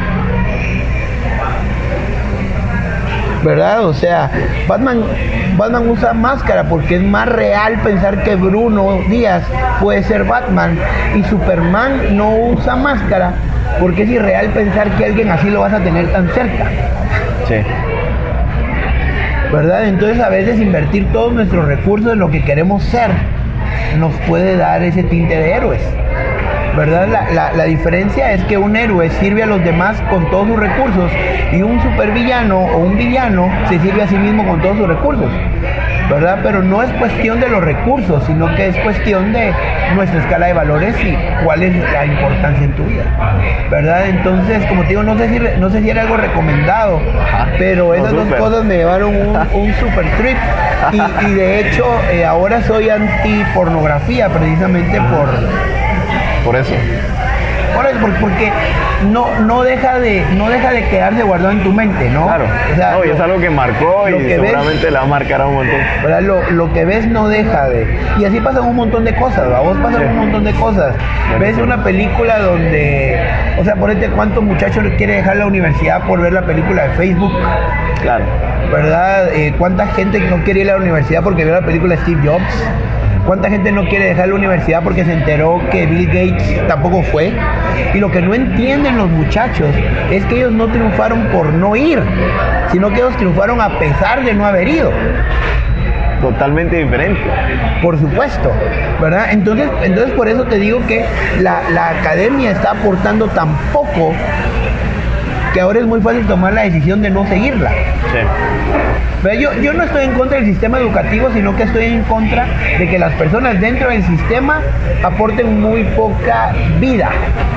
¿Verdad? O sea, Batman usa máscara porque es más real pensar que Bruno Díaz puede ser Batman, y Superman no usa máscara porque es irreal pensar que alguien así lo vas a tener tan cerca. Sí. ¿Verdad? Entonces a veces invertir todos nuestros recursos en lo que queremos ser nos puede dar ese tinte de héroes. ¿Verdad? La diferencia es que un héroe sirve a los demás con todos sus recursos y un supervillano o un villano se sirve a sí mismo con todos sus recursos. ¿Verdad? Pero no es cuestión de los recursos, sino que es cuestión de nuestra escala de valores y cuál es la importancia en tu vida. ¿Verdad? Entonces, como te digo, no sé si era algo recomendado, pero esas dos cosas me llevaron un super trip. Y de hecho, ahora soy anti pornografía precisamente por eso. Porque no deja de quedarse guardado en tu mente, ¿no? Claro. O sea, y es algo que marcó y seguramente le va a marcar a un montón. ¿Verdad? Lo que ves no deja de... Y así pasan un montón de cosas, ¿verdad? Vos pasan un montón de cosas. Ves una película donde... O sea, ponete cuántos muchachos quiere dejar la universidad por ver la película de Facebook. Claro. ¿Verdad? ¿Cuánta gente no quiere ir a la universidad porque vio la película de Steve Jobs? ¿Cuánta gente no quiere dejar la universidad porque se enteró que Bill Gates tampoco fue? Y lo que no entienden los muchachos es que ellos no triunfaron por no ir, sino que ellos triunfaron a pesar de no haber ido. Totalmente diferente. Por supuesto, ¿verdad? Entonces por eso te digo que la academia está aportando tan poco que ahora es muy fácil tomar la decisión de no seguirla. Sí. Pero yo no estoy en contra del sistema educativo, sino que estoy en contra de que las personas dentro del sistema aporten muy poca vida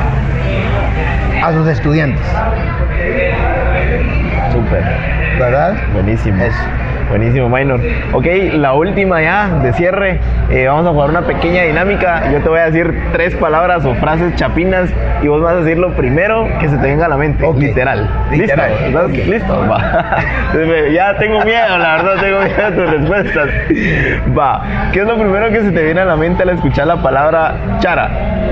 a sus estudiantes. Súper. ¿Verdad? Buenísimo. Eso. Buenísimo, Minor. Ok, la última ya de cierre. Vamos a jugar una pequeña dinámica. Yo te voy a decir 3 palabras o frases chapinas y vos vas a decir lo primero que se te venga a la mente. Okay. Literal. Literal. ¿Listo? Okay. ¿Listo? Va. Ya tengo miedo, la verdad, tengo miedo de tus respuestas. Va. ¿Qué es lo primero que se te viene a la mente al escuchar la palabra chara?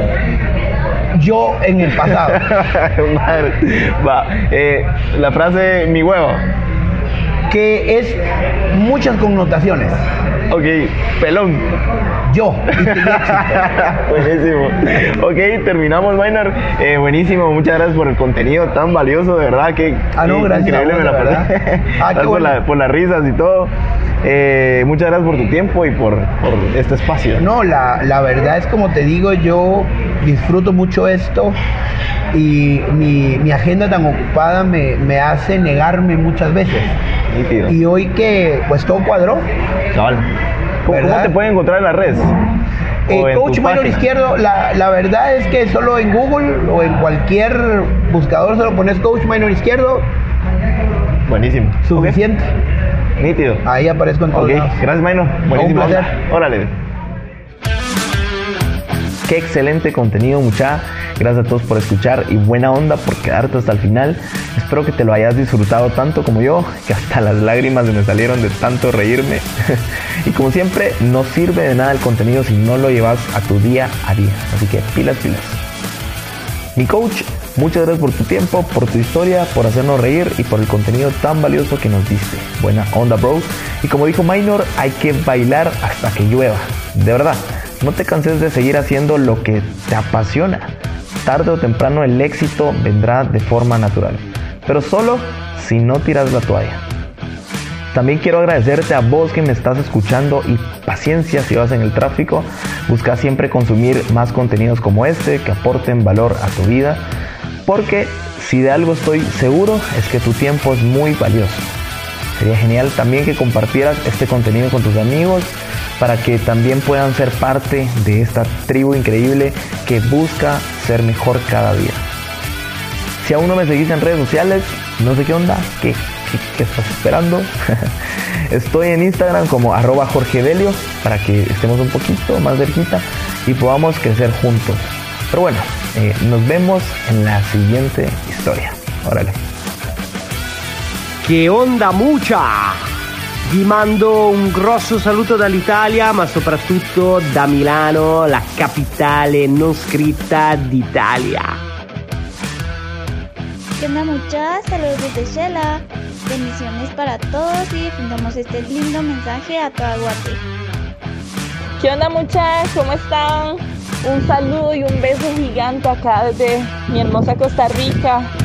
Yo en el pasado. Madre. Va. La frase mi huevo. Que es muchas connotaciones. Ok, pelón. Yo. Buenísimo. Ok, terminamos, Minor. Buenísimo, muchas gracias por el contenido tan valioso, de verdad que gracias increíble, me la pasé. Gracias por las risas y todo. Muchas gracias por tu tiempo y por este espacio. No, la verdad es, como te digo, yo disfruto mucho esto y mi agenda tan ocupada me hace negarme muchas veces. Nítido. Y hoy que pues todo cuadró. Cabal. ¿Cómo te pueden encontrar en las redes? Coach Minor Izquierdo, la verdad es que solo en Google o en cualquier buscador solo pones Coach Minor Izquierdo. Buenísimo. Suficiente. Okay. Nítido. Ahí aparezco en todos lados. Gracias, Minor. Buenísimo. Un placer. Órale. Qué excelente contenido, mucha. Gracias a todos por escuchar y buena onda por quedarte hasta el final. Espero que te lo hayas disfrutado tanto como yo, que hasta las lágrimas se me salieron de tanto reírme. Y como siempre, no sirve de nada el contenido si no lo llevas a tu día a día. Así que pilas. Mi coach, muchas gracias por tu tiempo, por tu historia, por hacernos reír y por el contenido tan valioso que nos diste. Buena onda, bros. Y como dijo Minor, hay que bailar hasta que llueva. De verdad, no te canses de seguir haciendo lo que te apasiona. Tarde o temprano el éxito vendrá de forma natural, pero solo si no tiras la toalla. También quiero agradecerte a vos que me estás escuchando y paciencia si vas en el tráfico. Busca siempre consumir más contenidos como este que aporten valor a tu vida, porque si de algo estoy seguro es que tu tiempo es muy valioso. Sería genial también que compartieras este contenido con tus amigos para que también puedan ser parte de esta tribu increíble que busca ser mejor cada día. Si aún no me seguís en redes sociales, no sé qué onda, ¿qué estás esperando? Estoy en Instagram como @JorgeDelio para que estemos un poquito más cerquita y podamos crecer juntos. Pero bueno, nos vemos en la siguiente historia. Órale. Che onda mucha! Vi mando un grosso saluto dall'Italia, ma soprattutto da Milano, la capitale non scritta d'Italia. ¿Qué onda muchas? Saludos desde Shela. Bendiciones para todos y difundamos este lindo mensaje a toda Guate. ¿Qué onda muchas? ¿Cómo están? Un saludo y un beso gigante acá desde mi hermosa Costa Rica.